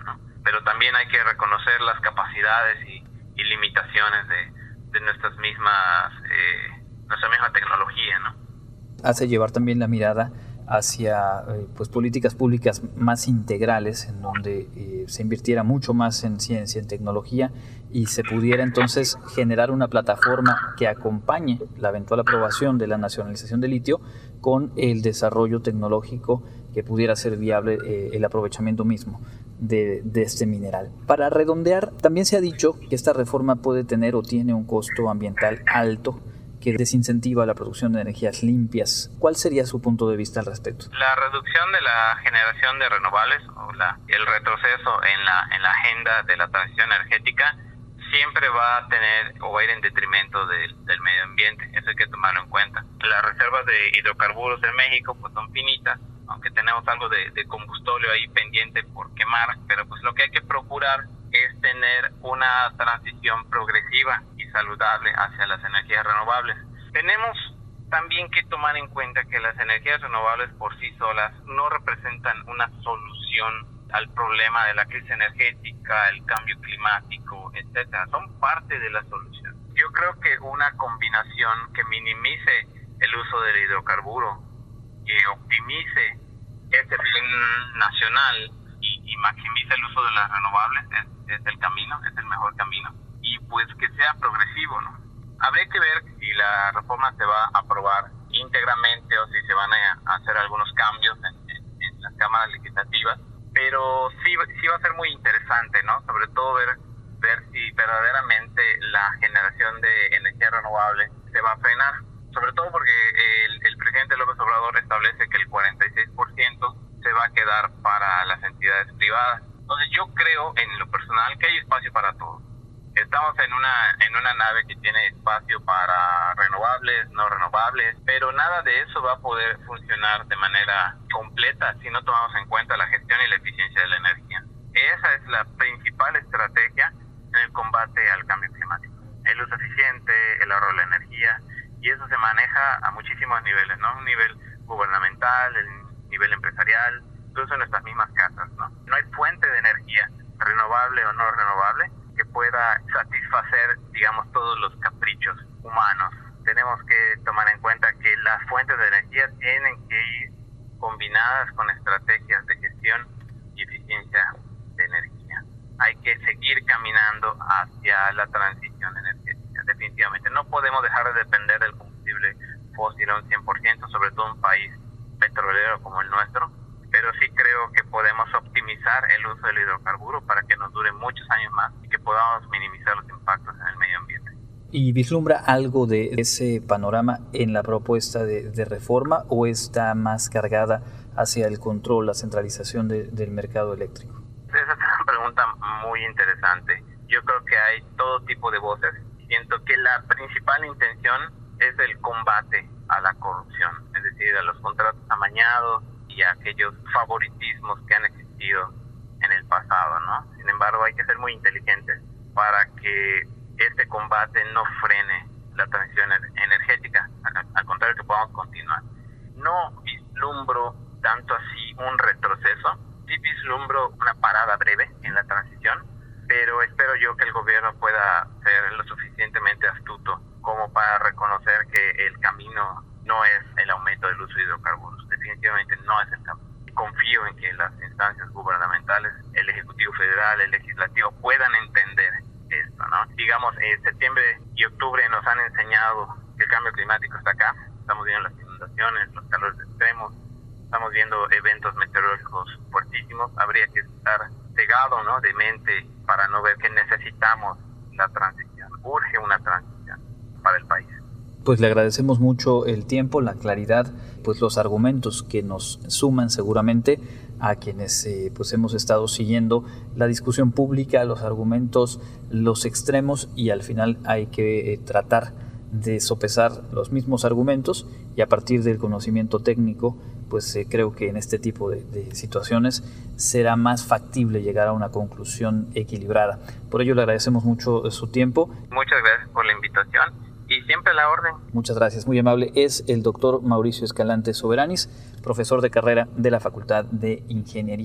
Speaker 13: pero también hay que reconocer las capacidades y, y limitaciones de, de nuestras mismas, eh, nuestra misma tecnología, ¿no?
Speaker 1: Hace llevar también la mirada hacia eh, pues políticas públicas más integrales, en donde eh, se invirtiera mucho más en ciencia, en tecnología, y se pudiera entonces generar una plataforma que acompañe la eventual aprobación de la nacionalización del litio con el desarrollo tecnológico que pudiera ser viable eh, el aprovechamiento mismo de, de este mineral. Para redondear, también se ha dicho que esta reforma puede tener o tiene un costo ambiental alto que desincentiva la producción de energías limpias. ¿Cuál sería su punto de vista al respecto?
Speaker 13: La reducción de la generación de renovables o la, el retroceso en la, en la agenda de la transición energética siempre va a tener o va a ir en detrimento del, del medio ambiente. Eso hay que tomarlo en cuenta. Las reservas de hidrocarburos en México pues son finitas, aunque tenemos algo de, de combustible ahí pendiente por quemar, pero pues lo que hay que procurar es tener una transición progresiva y saludable hacia las energías renovables. Tenemos también que tomar en cuenta que las energías renovables por sí solas no representan una solución al problema de la crisis energética, el cambio climático, etcétera. Son parte de la solución. Yo creo que una combinación que minimice el uso del hidrocarburo, que optimice este bien nacional y, y maximice el uso de las renovables es, es el camino, es el mejor camino. Y pues que sea progresivo, ¿no? Habría que ver si la reforma se va a aprobar íntegramente o si se van a hacer algunos cambios en, en, en las cámaras legislativas, pero sí, sí va a ser muy interesante, ¿no? Sobre todo ver, ver si verdaderamente la generación de energía renovable se va a frenar, sobre todo porque el, el presidente López Obrador establece que el cuarenta y seis por ciento se va a quedar para las entidades privadas. Entonces yo creo en lo personal que hay espacio para todos. Estamos en una en una nave que tiene espacio para renovables, no renovables, pero nada de eso va a poder funcionar de manera completa si no tomamos en cuenta la gestión y la eficiencia de la energía. Esa es la principal estrategia en el combate al cambio climático. El uso eficiente, el ahorro de la energía, y eso se maneja a muchísimos niveles, ¿no? Un nivel gubernamental, el nivel empresarial, incluso en nuestras mismas casas, ¿no? No hay fuente de energía, renovable o no renovable, que pueda satisfacer, digamos, todos los caprichos humanos. Tenemos que tomar en cuenta que las fuentes de energía tienen que ir combinadas con estrategias de gestión y eficiencia de energía. Hay que seguir caminando hacia la transición energética, definitivamente. No podemos dejar de depender del combustible fósil a un cien por ciento, sobre todo un país petrolero como el nuestro, pero sí creo que podemos optimizar el uso del hidrocarburo para que nos dure muchos años más y que podamos minimizar los impactos en el medio ambiente.
Speaker 1: ¿Y vislumbra algo de ese panorama en la propuesta de, de reforma o está más cargada hacia el control, la centralización de, del mercado eléctrico?
Speaker 13: Esa es una pregunta muy interesante. Yo creo que hay todo tipo de voces. Siento que la principal intención es el combate a la corrupción, es decir, a los contratos amañados y a aquellos favoritismos que han existido en el pasado, ¿no? Sin embargo, hay que ser muy inteligentes para que este combate no frene la transición energética, al, al contrario, que podamos continuar. No vislumbro tanto así un retroceso, sí vislumbro una parada breve en la transición, pero espero yo que el gobierno pueda ser lo suficientemente astuto como para reconocer que el camino no es el aumento del uso de hidrocarburos. Definitivamente no es el camino. Confío en que las instancias gubernamentales, el Ejecutivo Federal, el Legislativo, puedan entender esto, ¿no? Digamos, en septiembre y octubre nos han enseñado que el cambio climático está acá. Estamos viendo las inundaciones, los calores extremos, estamos viendo eventos meteorológicos fuertísimos. Habría que estar cegado, ¿no?, de mente para no ver que necesitamos la transición. Urge una transición para el país.
Speaker 1: Pues le agradecemos mucho el tiempo, la claridad, pues los argumentos que nos suman seguramente a quienes eh, pues hemos estado siguiendo la discusión pública, los argumentos, los extremos, y al final hay que eh, tratar de sopesar los mismos argumentos y a partir del conocimiento técnico, pues eh, creo que en este tipo de, de situaciones será más factible llegar a una conclusión equilibrada. Por ello le agradecemos mucho su tiempo.
Speaker 13: Muchas gracias por la invitación. Y siempre a la orden.
Speaker 1: Muchas gracias, muy amable. Es el doctor Mauricio Escalante Soberanis, profesor de carrera de la Facultad de Ingeniería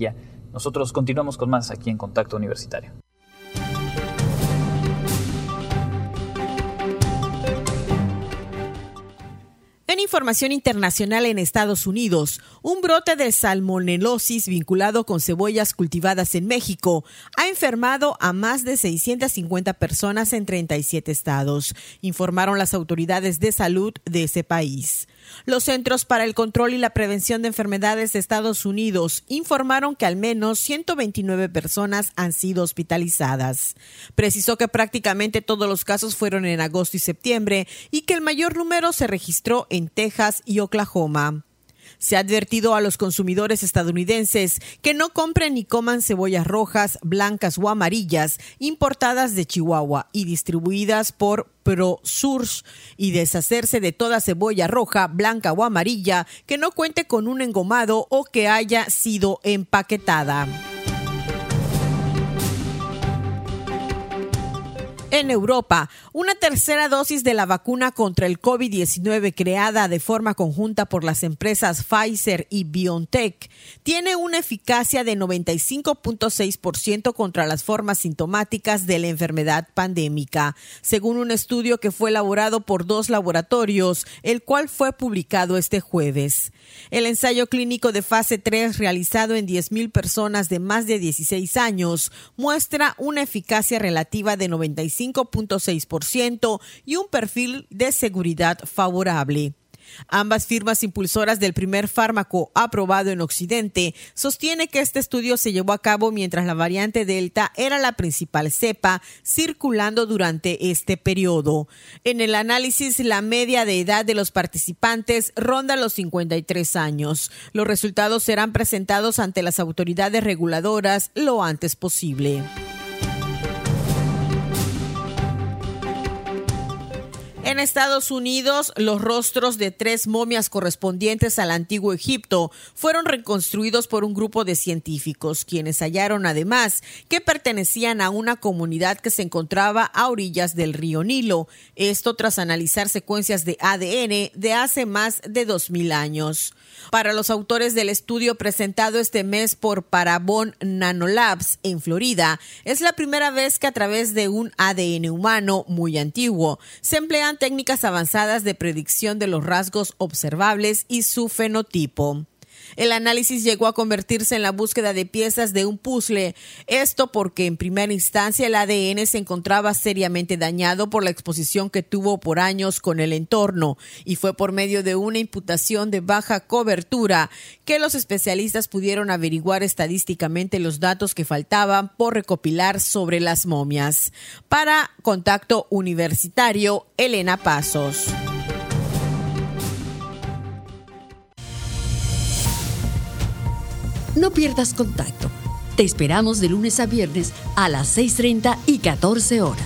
Speaker 1: Nosotros continuamos con más aquí en Contacto Universitario.
Speaker 12: En información internacional, en Estados Unidos, un brote de salmonelosis vinculado con cebollas cultivadas en México ha enfermado a más de seiscientas cincuenta personas en treinta y siete estados, informaron las autoridades de salud de ese país. Los Centros para el Control y la Prevención de Enfermedades de Estados Unidos informaron que al menos ciento veintinueve personas han sido hospitalizadas. Precisó que prácticamente todos los casos fueron en agosto y septiembre y que el mayor número se registró en Texas y Oklahoma. Se ha advertido a los consumidores estadounidenses que no compren ni coman cebollas rojas, blancas o amarillas importadas de Chihuahua y distribuidas por ProSource, y deshacerse de toda cebolla roja, blanca o amarilla que no cuente con un engomado o que haya sido empaquetada. En Europa, una tercera dosis de la vacuna contra el COVID diecinueve creada de forma conjunta por las empresas Pfizer y BioNTech tiene una eficacia de noventa y cinco punto seis por ciento contra las formas sintomáticas de la enfermedad pandémica, según un estudio que fue elaborado por dos laboratorios, el cual fue publicado este jueves. El ensayo clínico de fase tres realizado en diez mil personas de más de dieciséis años muestra una eficacia relativa de noventa y cinco punto seis por ciento y un perfil de seguridad favorable. Ambas firmas impulsoras del primer fármaco aprobado en Occidente sostiene que este estudio se llevó a cabo mientras la variante Delta era la principal cepa circulando durante este periodo. En el análisis, la media de edad de los participantes ronda los cincuenta y tres años. Los resultados serán presentados ante las autoridades reguladoras lo antes posible. En Estados Unidos, los rostros de tres momias correspondientes al antiguo Egipto fueron reconstruidos por un grupo de científicos, quienes hallaron además que pertenecían a una comunidad que se encontraba a orillas del río Nilo. Esto tras analizar secuencias de A D N de hace más de dos mil años. Para los autores del estudio presentado este mes por Parabon Nanolabs en Florida, es la primera vez que a través de un A D N humano muy antiguo se emplean técnicas avanzadas de predicción de los rasgos observables y su fenotipo. El análisis llegó a convertirse en la búsqueda de piezas de un puzzle, esto porque en primera instancia el A D N se encontraba seriamente dañado por la exposición que tuvo por años con el entorno, y fue por medio de una imputación de baja cobertura que los especialistas pudieron averiguar estadísticamente los datos que faltaban por recopilar sobre las momias. Para Contacto Universitario, Elena Pasos.
Speaker 2: No pierdas contacto. Te esperamos de lunes a viernes a las seis treinta y catorce horas.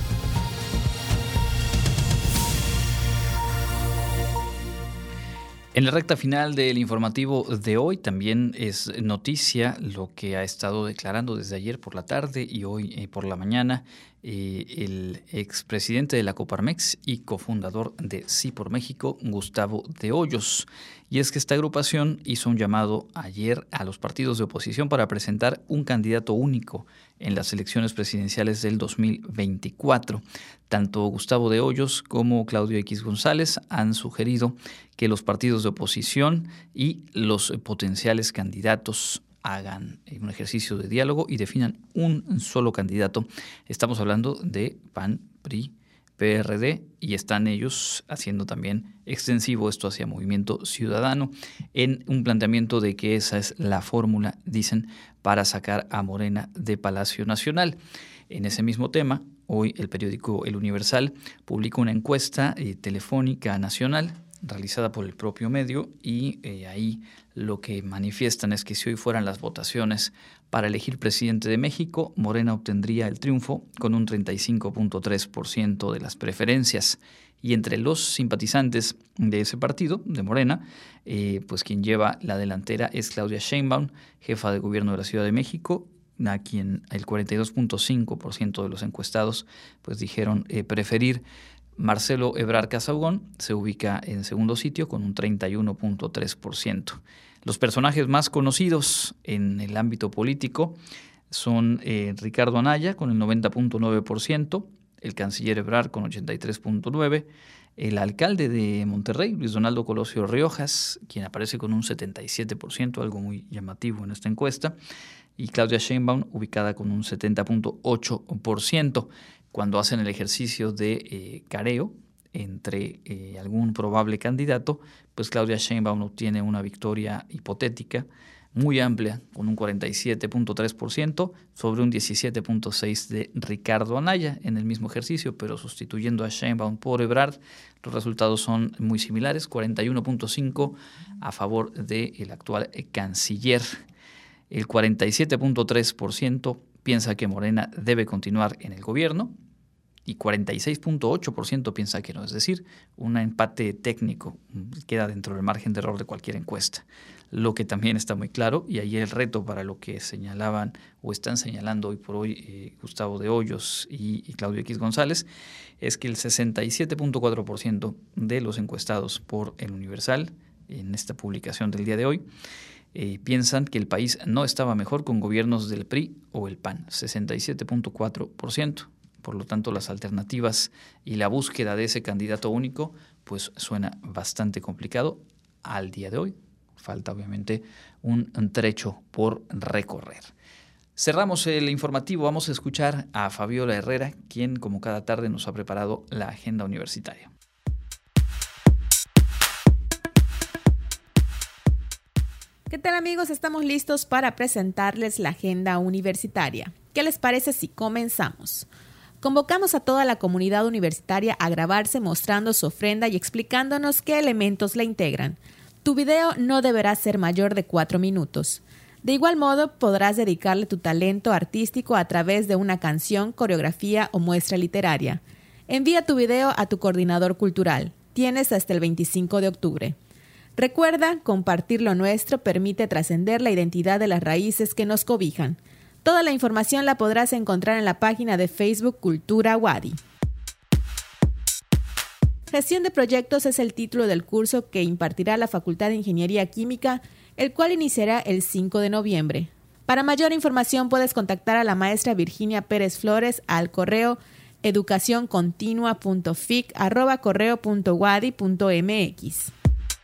Speaker 1: En la recta final del informativo de hoy también es noticia lo que ha estado declarando desde ayer por la tarde y hoy eh, por la mañana eh, el expresidente de la Coparmex y cofundador de Sí por México, Gustavo de Hoyos. Y es que esta agrupación hizo un llamado ayer a los partidos de oposición para presentar un candidato único en las elecciones presidenciales del dos mil veinticuatro. Tanto Gustavo de Hoyos como Claudio X González han sugerido que los partidos de oposición y los potenciales candidatos hagan un ejercicio de diálogo y definan un solo candidato. Estamos hablando de P A N, P R I, P R D, y están ellos haciendo también extensivo esto hacia Movimiento Ciudadano en un planteamiento de que esa es la fórmula, dicen, para sacar a Morena de Palacio Nacional. En ese mismo tema, hoy el periódico El Universal publica una encuesta eh, telefónica nacional realizada por el propio medio y eh, ahí lo que manifiestan es que si hoy fueran las votaciones para elegir presidente de México, Morena obtendría el triunfo con un treinta y cinco punto tres por ciento de las preferencias. Y entre los simpatizantes de ese partido, de Morena, eh, pues quien lleva la delantera es Claudia Sheinbaum, jefa de gobierno de la Ciudad de México, a quien el cuarenta y dos punto cinco por ciento de los encuestados pues dijeron eh, preferir. Marcelo Ebrard Casaubon se ubica en segundo sitio con un treinta y uno punto tres por ciento. Los personajes más conocidos en el ámbito político son eh, Ricardo Anaya con el noventa punto nueve por ciento, el canciller Ebrard con ochenta y tres punto nueve por ciento, el alcalde de Monterrey, Luis Donaldo Colosio Riojas, quien aparece con un setenta y siete por ciento, algo muy llamativo en esta encuesta, y Claudia Sheinbaum ubicada con un setenta punto ocho por ciento. Cuando hacen el ejercicio de eh, careo entre eh, algún probable candidato, pues Claudia Sheinbaum obtiene una victoria hipotética muy amplia, con un cuarenta y siete punto tres por ciento sobre un diecisiete punto seis por ciento de Ricardo Anaya en el mismo ejercicio, pero sustituyendo a Sheinbaum por Ebrard, los resultados son muy similares, cuarenta y uno punto cinco por ciento a favor del actual canciller. El cuarenta y siete punto tres por ciento piensa que Morena debe continuar en el gobierno y cuarenta y seis punto ocho por ciento piensa que no, es decir, un empate técnico queda dentro del margen de error de cualquier encuesta. Lo que también está muy claro, y ahí el reto para lo que señalaban o están señalando hoy por hoy eh, Gustavo de Hoyos y, y Claudio X González, es que el sesenta y siete punto cuatro por ciento de los encuestados por El Universal en esta publicación del día de hoy eh, piensan que el país no estaba mejor con gobiernos del P R I o el P A N, sesenta y siete punto cuatro por ciento. Por lo tanto, las alternativas y la búsqueda de ese candidato único pues suena bastante complicado al día de hoy. Falta obviamente un trecho por recorrer. Cerramos el informativo. Vamos a escuchar a Fabiola Herrera, quien como cada tarde nos ha preparado la agenda universitaria.
Speaker 14: ¿Qué tal, amigos? Estamos listos para presentarles la agenda universitaria. ¿Qué les parece si comenzamos? Convocamos a toda la comunidad universitaria a grabarse mostrando su ofrenda y explicándonos qué elementos la integran. Tu video no deberá ser mayor de cuatro minutos. De igual modo, podrás dedicarle tu talento artístico a través de una canción, coreografía o muestra literaria. Envía tu video a tu coordinador cultural. Tienes hasta el veinticinco de octubre. Recuerda, compartir lo nuestro permite trascender la identidad de las raíces que nos cobijan. Toda la información la podrás encontrar en la página de Facebook Cultura Wadi. Gestión de proyectos es el título del curso que impartirá la Facultad de Ingeniería Química, el cual iniciará el cinco de noviembre. Para mayor información puedes contactar a la maestra Virginia Pérez Flores al correo educacioncontinua.fic arroba correo punto wadi punto mx.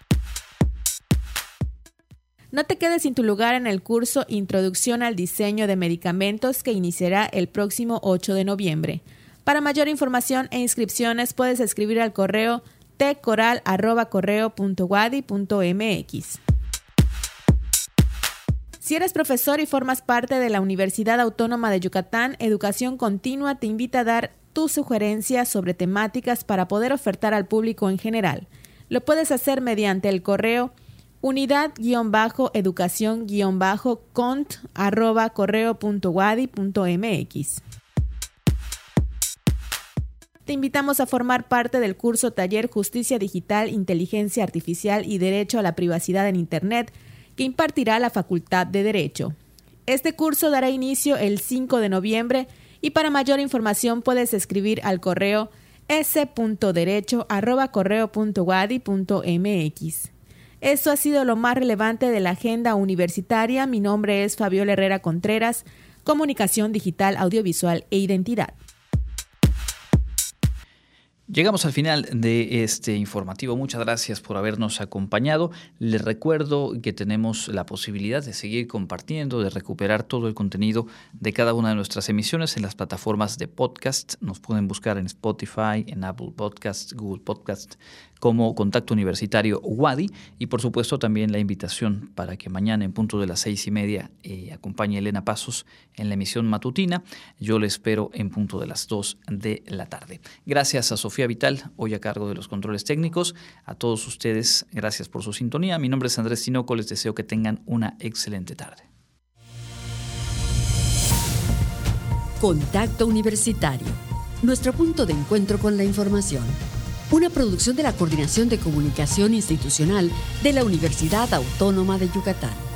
Speaker 14: No te quedes sin tu lugar en el curso Introducción al Diseño de Medicamentos que iniciará el próximo ocho de noviembre. Para mayor información e inscripciones puedes escribir al correo tcoral arroba correo punto wadi punto mx. Si eres profesor y formas parte de la Universidad Autónoma de Yucatán, Educación Continua te invita a dar tus sugerencias sobre temáticas para poder ofertar al público en general. Lo puedes hacer mediante el correo unidad-educación-cont arroba correo punto wadi punto mx. Te invitamos a formar parte del curso Taller Justicia Digital, Inteligencia Artificial y Derecho a la Privacidad en Internet que impartirá la Facultad de Derecho. Este curso dará inicio el cinco de noviembre y para mayor información puedes escribir al correo ese punto derecho arroba correo punto wadi punto mx. Eso ha sido lo más relevante de la agenda universitaria. Mi nombre es Fabiola Herrera Contreras, Comunicación Digital, Audiovisual e Identidad.
Speaker 1: Llegamos al final de este informativo. Muchas gracias por habernos acompañado. Les recuerdo que tenemos la posibilidad de seguir compartiendo, de recuperar todo el contenido de cada una de nuestras emisiones en las plataformas de podcast. Nos pueden buscar en Spotify, en Apple Podcasts, Google Podcasts, como Contacto Universitario Wadi, y por supuesto también la invitación para que mañana en punto de las seis y media eh, acompañe a Elena Pasos en la emisión matutina. Yo le espero en punto de las dos de la tarde. Gracias a Sofía Vital, hoy a cargo de los controles técnicos. A todos ustedes, gracias por su sintonía. Mi nombre es Andrés Tinoco, les deseo que tengan una excelente tarde.
Speaker 2: Contacto Universitario, nuestro punto de encuentro con la información. Una producción de la Coordinación de Comunicación Institucional de la Universidad Autónoma de Yucatán.